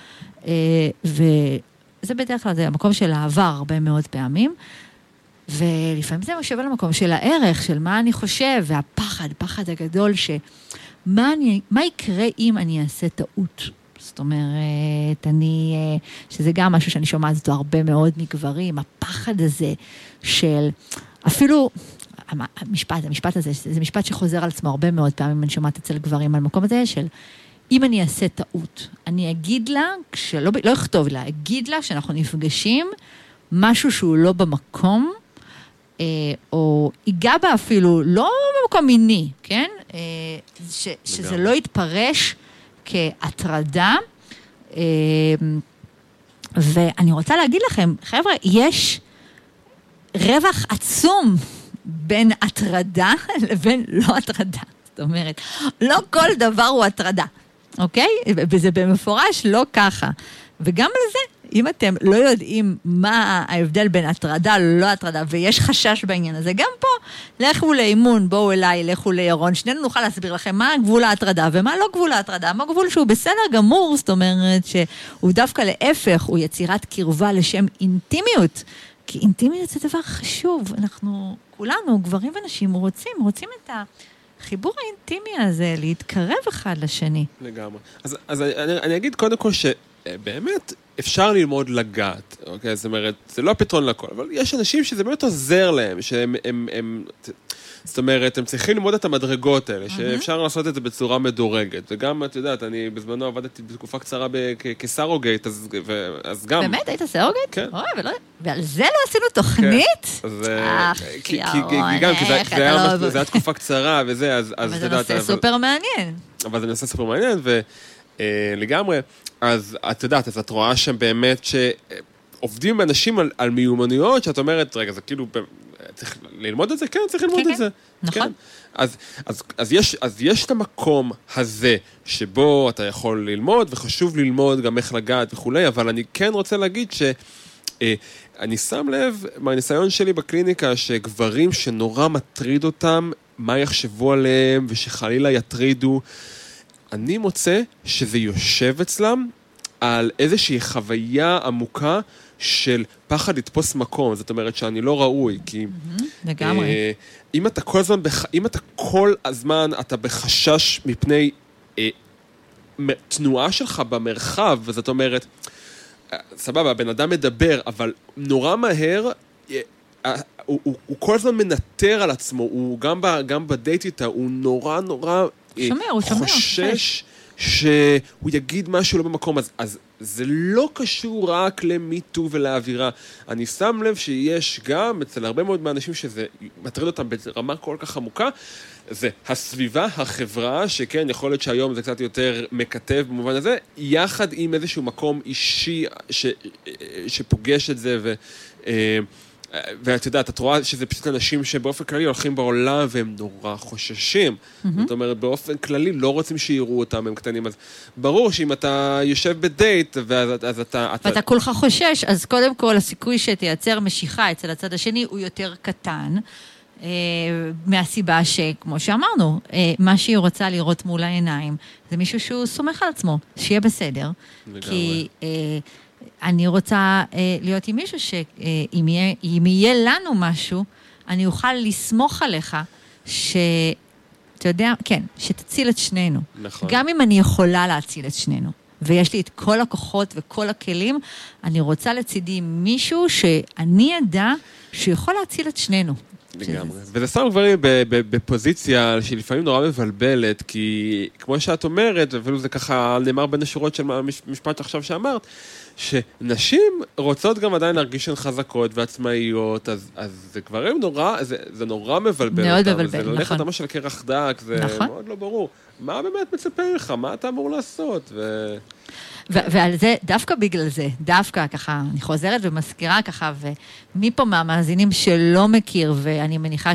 S1: זה בדרך כלל, זה המקום של העבר הרבה מאוד פעמים, ולפעמים זה יושב על המקום של הערך, של מה אני חושב, והפחד, פחד הגדול, מה יקרה אם אני אעשה טעות? זאת אומרת, שזה גם משהו שאני שומעת אותו הרבה מאוד מגברים, הפחד הזה של, אפילו, המשפט הזה, זה משפט שחוזר על עצמו הרבה מאוד פעמים, אני שומעת אצל גברים על המקום הזה של, אם אני אעשה טעות, אני אגיד לה, לא אכתוב לה, אגיד לה שאנחנו נפגשים משהו שהוא לא במקום, או ייגע בה אפילו, לא במקום מיני, כן? שזה לא יתפרש כהטרדה, ואני רוצה להגיד לכם, חבר'ה, יש רווח עצום בין הטרדה לבין לא הטרדה. זאת אומרת, לא כל דבר הוא הטרדה. אוקיי? וזה במפורש לא ככה. וגם על זה, אם אתם לא יודעים מה ההבדל בין הטרדה ללא הטרדה, ויש חשש בעניין הזה, גם פה, לכו לאימון, בואו אליי, לכו לירון, שנינו נוכל להסביר לכם מה גבול ההטרדה ומה לא גבול ההטרדה, מה גבול שהוא בסדר גמור, זאת אומרת שהוא דווקא להפך, הוא יצירת קרבה לשם אינטימיות, כי אינטימיות זה דבר חשוב, אנחנו כולנו, גברים ונשים, רוצים את החיבור האינטימי הזה, להתקרב אחד לשני.
S2: לגמרי. אז אני אגיד קודם כל באמת אפשר ללמוד לגעת, אוקיי? זאת אומרת, זה לא הפתרון לכל, אבל יש אנשים שזה באמת עוזר להם, זאת אומרת, הם צריכים ללמוד את המדרגות האלה, שאפשר לעשות את זה בצורה מדורגת, וגם, את יודעת, אני בזמנו עבדתי בתקופה קצרה כסרוגייט, אז גם... באמת,
S1: היית סרוגייט?
S2: כן.
S1: ועל זה לא עשינו תוכנית?
S2: כי זה היה תקופה קצרה, וזה, אז...
S1: אבל זה נושא סופר מעניין.
S2: אבל זה נושא סופר מעניין, ולגמרי, אז את יודעת, אז את רואה שם באמת שעובדים עם אנשים על מיומנויות, שאת אומרת, רגע, זה כאילו... צריך ללמוד את זה? כן, צריך ללמוד את זה.
S1: נכון.
S2: אז יש את המקום הזה, שבו אתה יכול ללמוד, וחשוב ללמוד גם איך לגעת וכולי, אבל אני כן רוצה להגיד שאני שם לב, מהניסיון שלי בקליניקה, שגברים שנורא מטריד אותם, מה יחשבו עליהם, ושחלילה יטרידו, אני מוצא שזה יושב אצלם על איזושהי חוויה עמוקה, של פחד לתפוס מקום, זאת אומרת שאני לא ראוי, כי...
S1: לגמרי.
S2: אם אתה כל הזמן אתה בחשש מפני תנועה שלך במרחב, זאת אומרת, סבבה, הבן אדם מדבר, אבל נורא מהר, הוא כל הזמן מנטר על עצמו, הוא גם בדייט איתה, הוא נורא חושש שהוא יגיד משהו לא במקום, אז זה לא קשור רק למיטו ולאווירה. אני שם לב שיש גם אצל הרבה מאוד מהאנשים שזה מטריד אותם ברמה כל כך עמוקה, זה הסביבה, החברה, שכן, יכול להיות שהיום זה קצת יותר מקטב במובן הזה, יחד עם איזשהו מקום אישי שפוגש את זה, ואת יודעת, את רואה שזה פשוט אנשים שבאופן כללי הולכים בעולם והם נורא חוששים. זאת אומרת, באופן כללי לא רוצים שיראו אותם, הם קטנים. אז ברור שאם אתה יושב בדייט, אז אתה...
S1: ואתה כולך חושש, אז קודם כל הסיכוי שתייצר משיכה אצל הצד השני הוא יותר קטן, מהסיבה שכמו שאמרנו, מה שהיא רוצה לראות מול העיניים, זה מישהו שהוא סומך על עצמו, שיהיה בסדר. כי... אני רוצה להיות עם מישהו שאם יהיה לנו משהו, אני אוכל לסמוך עליך אתה יודע, כן, שתציל את שנינו.
S2: נכון.
S1: גם אם אני יכולה להציל את שנינו, ויש לי את כל הכוחות וכל הכלים, אני רוצה לצידי מישהו שאני ידע שיכול להציל את שנינו.
S2: לגמרי. וזה שם גברים בפוזיציה שלפעמים נורא מבלבלת, כי כמו שאת אומרת, ואפילו זה ככה נאמר בין השורות של המשפט עכשיו שאמרת, שנשים רוצות גם עדיין להרגיש שהן חזקות ועצמאיות, אז זה גברים נורא, זה נורא מבלבל.
S1: מאוד מבלבל, נכון.
S2: זה הולך לתמה של קרח דק, זה מאוד לא ברור. מה באמת מצפה לך? מה אתה אמור לעשות?
S1: ועל זה, דווקא בגלל זה, דווקא ככה, אני חוזרת ומזכירה ככה, ומי פה מהמאזינים שלא מכיר, ואני מניחה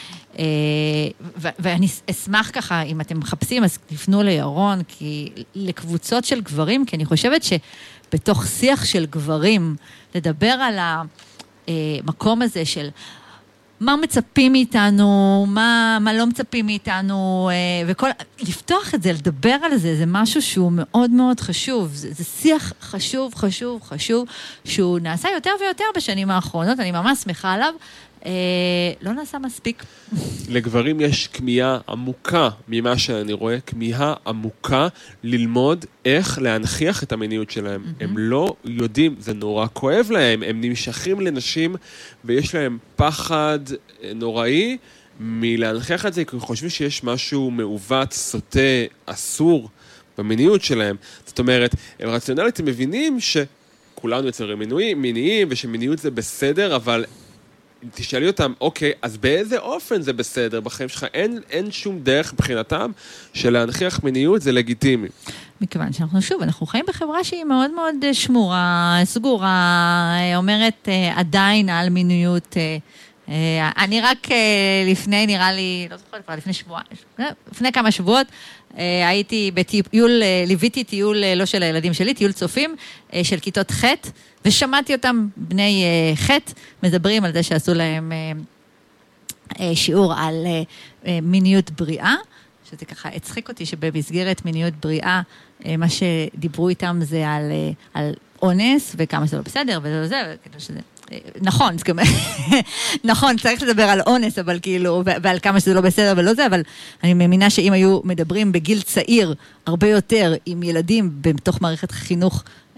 S1: ואני אשמח ככה, אם אתם מחפשים, אז תפנו לירון, כי לקבוצות של גברים, כי אני חושבת שבתוך שיח של גברים, לדבר על המקום הזה של מה מצפים מאיתנו, מה לא מצפים מאיתנו, לפתוח את זה, לדבר על זה, זה משהו שהוא מאוד מאוד חשוב. זה שיח חשוב, שהוא נעשה יותר ויותר בשנים האחרונות, אני ממש שמחה עליו, לא נעשה מספיק.
S2: לגברים יש כמיהה עמוקה ממה שאני רואה, כמיהה עמוקה ללמוד איך להנכיח את המיניות שלהם. הם לא יודעים, זה נורא כואב להם, הם נמשכים לנשים ויש להם פחד נוראי מלהנכיח את זה, כי הם חושבים שיש משהו מעוות, סוטה, אסור במיניות שלהם. זאת אומרת, הם רציונלית, הם מבינים שכולנו יצרים מיניים ושמיניות זה בסדר, אבל תשאלי אותם, אוקיי, אז באיזה אופן זה בסדר בחיים שלך? אין שום דרך מבחינתם של להנכיח מיניות, זה לגיטימי.
S1: מכיוון אנחנו חיים בחברה שהיא מאוד מאוד שמורה, סגורה, אומרת עדיין על מיניות. אני רק לפני, נראה לי, לא זוכרת, לפני כמה שבועות, הייתי בטיול, ליוויתי טיול, לא של הילדים שלי, טיול צופים של כיתות ח' ושמעתי אותם, בני ח' מדברים על זה שעשו להם שיעור על מיניות בריאה, שזה ככה הצחיק אותי שבמסגרת מיניות בריאה, מה שדיברו איתם זה על אונס וכמה שזה לא בסדר וזה, וכאילו שזה... נכון, נכון, צריך לדבר על אונס, אבל כאילו, ועל כמה שזה לא בסדר ולא זה, אבל אני מאמינה שאם היו מדברים בגיל צעיר הרבה יותר עם ילדים בתוך מערכת חינוך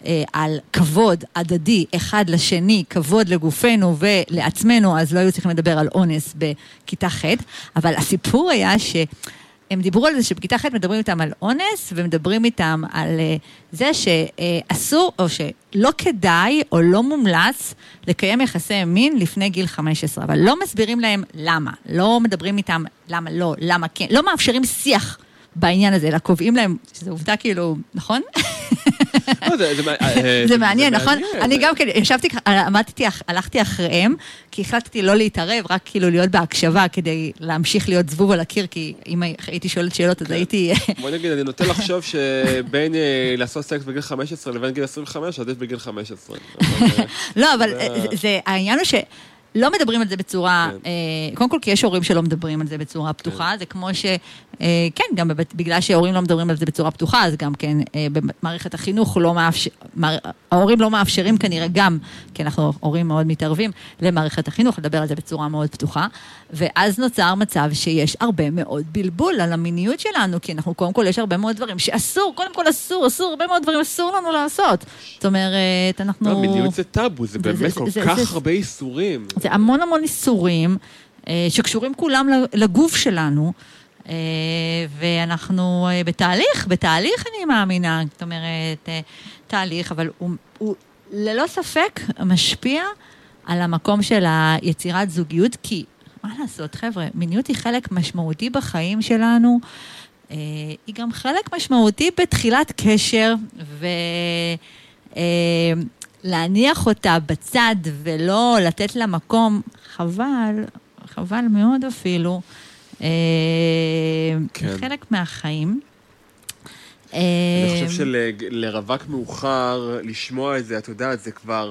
S1: על כבוד הדדי אחד לשני, כבוד לגופנו ולעצמנו, אז לא היו צריכים לדבר על אונס בכיתה ח', אבל הסיפור היה הם דיברו על זה שבכיתה ח' מדברים איתם על אונס, ומדברים איתם על זה שאסור, או שלא כדאי, או לא מומלץ, לקיים יחסי מין לפני גיל 15, אבל לא מסבירים להם למה, לא מדברים איתם למה לא, למה כן, לא מאפשרים שיח בעניין הזה, אלא קובעים להם, שזו עובדה כאילו, נכון? זה מעניין, נכון? אני גם כן, ישבתי, הלכתי אחריהם, כי החלטתי לא להתערב, רק כאילו להיות בהקשבה, כדי להמשיך להיות זבוב על הקיר, כי אם הייתי שואלת שאלות, אז הייתי...
S2: בוא נגיד, אני נוטה לחשוב שבין לעשות סקס בגיל 15 לבין גיל 25, עדיף בגיל 15.
S1: לא, אבל העניין הוא לא מדברים על זה בצורה, קודם כל כי יש הורים שלא מדברים על זה בצורה פתוחה, זה כמו כן, גם בגלל שההורים לא מדברים על זה בצורה פתוחה, אז גם כן במערכת החינוך ההורים לא מאפשרים כנראה גם, כי אנחנו הורים מאוד מתערבים למערכת החינוך, לדבר על זה בצורה מאוד פתוחה, ואז נוצר מצב שיש הרבה מאוד בלבול על המיניות שלנו, כי אנחנו קודם כל יש הרבה מאוד דברים שאסור, קודם כל אסור, הרבה מאוד דברים אסור לנו לעשות. זאת אומרת, אנחנו...
S2: לא, מיניות זה טאבו, זה באמת כל כך הרבה איסורים.
S1: זה המון איסורים שקשורים כולם לגוף שלנו, ואנחנו בתהליך אני מאמינה, זאת אומרת, תהליך, אבל הוא ללא ספק משפיע על המקום של היצירת זוגיות, כי מה לעשות, חבר'ה, מיניות היא חלק משמעותי בחיים שלנו, היא גם חלק משמעותי בתחילת קשר, להניח אותה בצד ולא לתת לה מקום, חבל מאוד אפילו, חלק מהחיים.
S2: אני חושב שלרווק מאוחר, לשמוע את זה, את יודעת, זה כבר...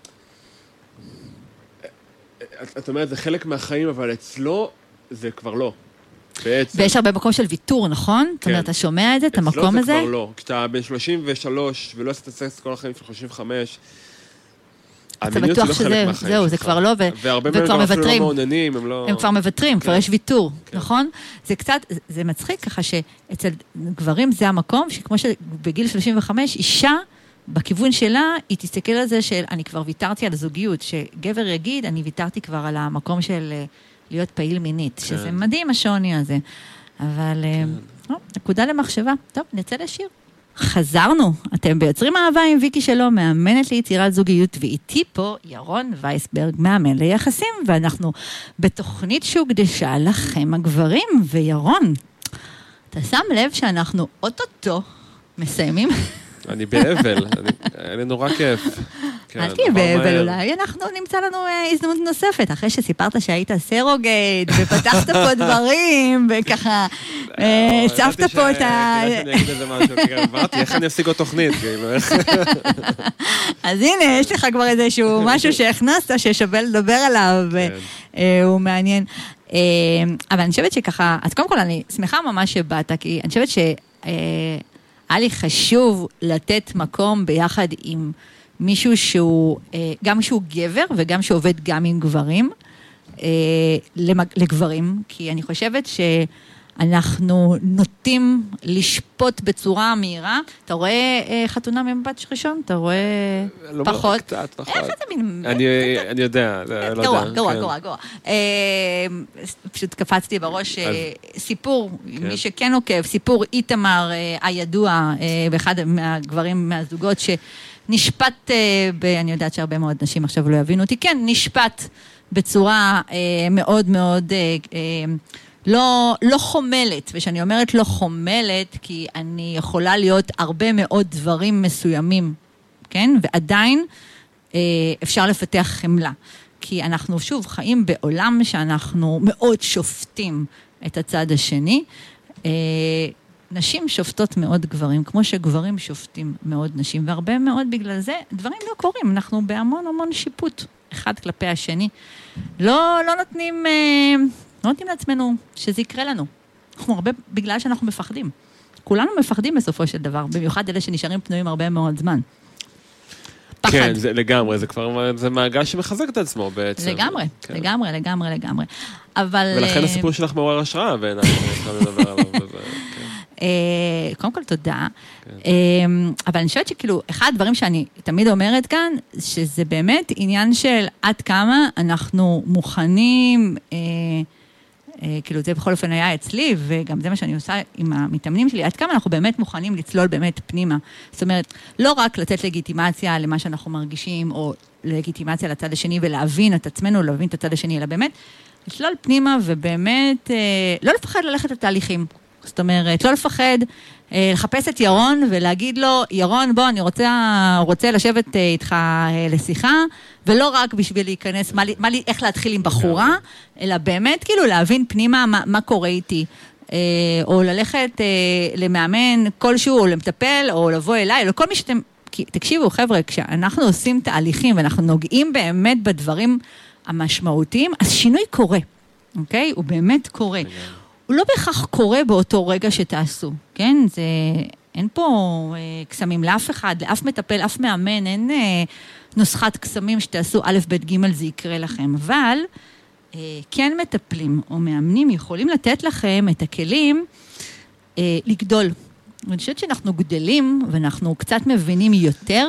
S2: את אומרת, זה חלק מהחיים, אבל אצלו זה כבר לא. בעצם.
S1: ויש הרבה מקום של ויתור, נכון? זאת אומרת, אתה שומע את זה, את המקום הזה?
S2: אצלו זה כבר לא. כשאתה בן 33 ולא עשית סקס כל החיים של 35,
S1: אתה בטוח שזה, זהו, זה כבר לא,
S2: והרבה מהם כבר אפילו לא מעוננים,
S1: הם כבר מוותרים, כבר יש ויתור, נכון? זה קצת, זה מצחיק ככה שאצל גברים זה המקום, שכמו שבגיל 35, אישה, בכיוון שלה, היא תסתכל על זה של, אני כבר ויתרתי על הזוגיות, שגבר יגיד, אני ויתרתי כבר על המקום של להיות פעיל מינית, שזה מדהים השוני הזה. אבל, נקודה למחשבה. טוב, נצא לשיר. חזרנו, אתם ביוצרים אהבה עם ויקי שלו, מאמנת ליצירת זוגיות, ואיתי פה ירון וייסברג, מאמן ליחסים, ואנחנו בתוכנית שהוקדשה לכם הגברים, וירון, אתה שם לב שאנחנו אוטוטו מסיימים?
S2: אני באבל, היה לי נורא כיף.
S1: אל תהיה באבל, אולי אנחנו נמצא לנו הזדמנות נוספת, אחרי שסיפרת שהיית סרוגייט, ופתחת פה דברים, וככה, צפת פה את ה...
S2: אני אגיד איזה משהו, אמרתי, איך אני אשיג עוד תוכנית, כאילו, איך...
S1: אז הנה, יש לך כבר איזשהו משהו שהכנסת, ששווה לדבר עליו, והוא מעניין. אבל אני חושבת שככה, אז קודם כל אני שמחה ממש שבאת, כי אני חושבת היה לי חשוב לתת מקום ביחד עם מישהו שהוא, גם שהוא גבר וגם שעובד גם עם גברים, לגברים, כי אני חושבת שאנחנו נוטים לשפוט בצורה מהירה. אתה רואה חתונה ממבט ראשון? אתה רואה פחות?
S2: קצת, פחות.
S1: איך אתה מין...
S2: אני יודע, לא יודע.
S1: גרוע. פשוט קפצתי בראש סיפור, מי שכן עוקב, סיפור איתמר הידוע, באחד מהגברים מהזוגות שנשפט, אני יודעת שהרבה מאוד נשים עכשיו לא יבינו אותי, כן, נשפט בצורה מאוד מאוד לא חומלת, ושאני אומרת לא חומלת, כי אני יכולה להיות הרבה מאוד דברים מסוימים, כן? ועדיין אפשר לפתח חמלה. כי אנחנו שוב חיים בעולם שאנחנו מאוד שופטים את הצד השני. נשים שופטות מאוד גברים, כמו שגברים שופטים מאוד נשים, והרבה מאוד בגלל זה דברים לא קורים. אנחנו בהמון שיפוט, אחד כלפי השני. לא נותנים לעצמנו שזה יקרה לנו. אנחנו הרבה, בגלל שאנחנו מפחדים. כולנו מפחדים בסופו של דבר, במיוחד אלה שנשארים פנויים הרבה מאוד זמן. פחד.
S2: כן, זה לגמרי, זה כבר, זה מעגל שמחזק את עצמו בעצם.
S1: לגמרי. אבל...
S2: ולכן הסיפור שלך מעורר השראה, ואנחנו יכולים לדבר עליו.
S1: קודם כל תודה. אבל אני חושבת שכאילו, אחד הדברים שאני תמיד אומרת כאן, שזה באמת עניין של עד כמה אנחנו מוכנים, כאילו זה בכל אופן היה אצלי, וגם זה מה שאני עושה עם המתאמנים שלי, עד כמה אנחנו באמת מוכנים לצלול באמת פנימה. זאת אומרת, לא רק לתת לגיטימציה למה שאנחנו מרגישים, או לגיטימציה לצד השני, ולהבין את עצמנו, להבין את הצד השני, אלא באמת, לצלול פנימה, ובאמת, לא לפחד ללכת לתהליכים. זאת אומרת, לא לפחד, לחפש את ירון, ולהגיד לו, ירון, בוא, אני רוצה לשבת איתך לשיחה, ולא רק בשביל להיכנס, איך להתחיל עם בחורה, אלא באמת, כאילו, להבין פנימה מה קורה איתי. או ללכת למאמן כלשהו, או למטפל, או לבוא אליי, או כל מי שאתם... תקשיבו, חבר'ה, כשאנחנו עושים תהליכים, ואנחנו נוגעים באמת בדברים המשמעותיים, אז שינוי קורה, אוקיי? הוא באמת קורה. הוא לא בהכרח קורה באותו רגע שתעשו, כן? אין פה קסמים לאף אחד, לאף מטפל, אף מאמן, אין נוסחת קסמים שתעשו א', ב', ג', זה יקרה לכם. אבל כן מטפלים או מאמנים יכולים לתת לכם את הכלים לגדול. אני חושבת שאנחנו גדלים ואנחנו קצת מבינים יותר,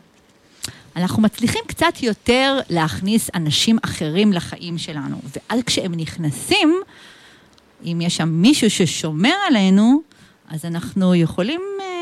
S1: אנחנו מצליחים קצת יותר להכניס אנשים אחרים לחיים שלנו. ואז כשהם נכנסים, אם יש שם מישהו ששומר עלינו, אז אנחנו יכולים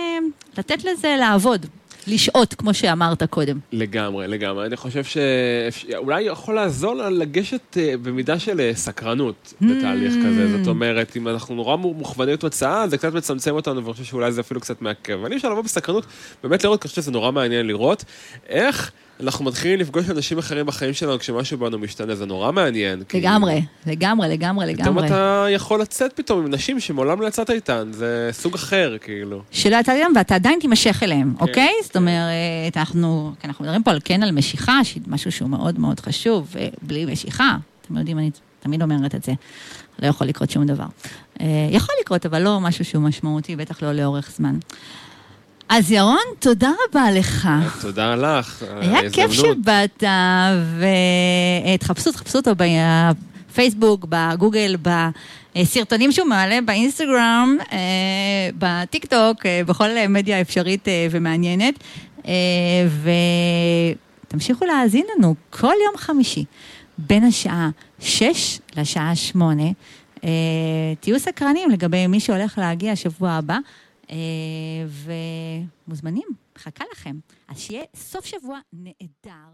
S1: לתת לזה לעבוד, לשעות, כמו שאמרת קודם.
S2: לגמרי, לגמרי. אני חושב שאולי יכול לעזור לגשת במידה של סקרנות בתהליך כזה. זאת אומרת, אם אנחנו נורא מוכוונים תוצאה, זה קצת מצמצם אותנו, ואני חושב שאולי זה אפילו קצת מעכב. ואני אפשר לבוא בסקרנות, באמת לראות, אני חושב שזה נורא מעניין לראות, איך אנחנו מתחילים לפגוש אנשים אחרים בחיים שלנו, כשמשהו בנו משתנה, זה נורא מעניין.
S1: לגמרי, לגמרי, לגמרי, לגמרי.
S2: פתאום אתה יכול לצאת פתאום עם נשים שמעולם לא יצאת איתן, זה סוג אחר, כאילו.
S1: שלא יצאת איתן, ואתה עדיין תימשך אליהם, אוקיי? זאת אומרת, אנחנו מדברים פה על משיכה, משהו שהוא מאוד מאוד חשוב, ובלי משיכה, אתם יודעים, אני תמיד אומרת את זה, לא יכול לקרות שום דבר. יכול לקרות, אבל לא משהו שהוא משמעותי, בטח לא לאורך זמן. אז ירון, תודה רבה לך.
S2: תודה לך.
S1: היה כיף שבאת, ותחפשו אותו בפייסבוק, בגוגל, בסרטונים שהוא מעלה באינסטגרם, בטיק-טוק, בכל מדיה אפשרית ומעניינת, ותמשיכו להאזין לנו כל יום חמישי, בין השעה 6 לשעה 8, תהיו סקרנים לגבי מי שהולך להגיע השבוע הבא, ומוזמנים, מחכה לכם. אז שיהיה סוף שבוע נהדר.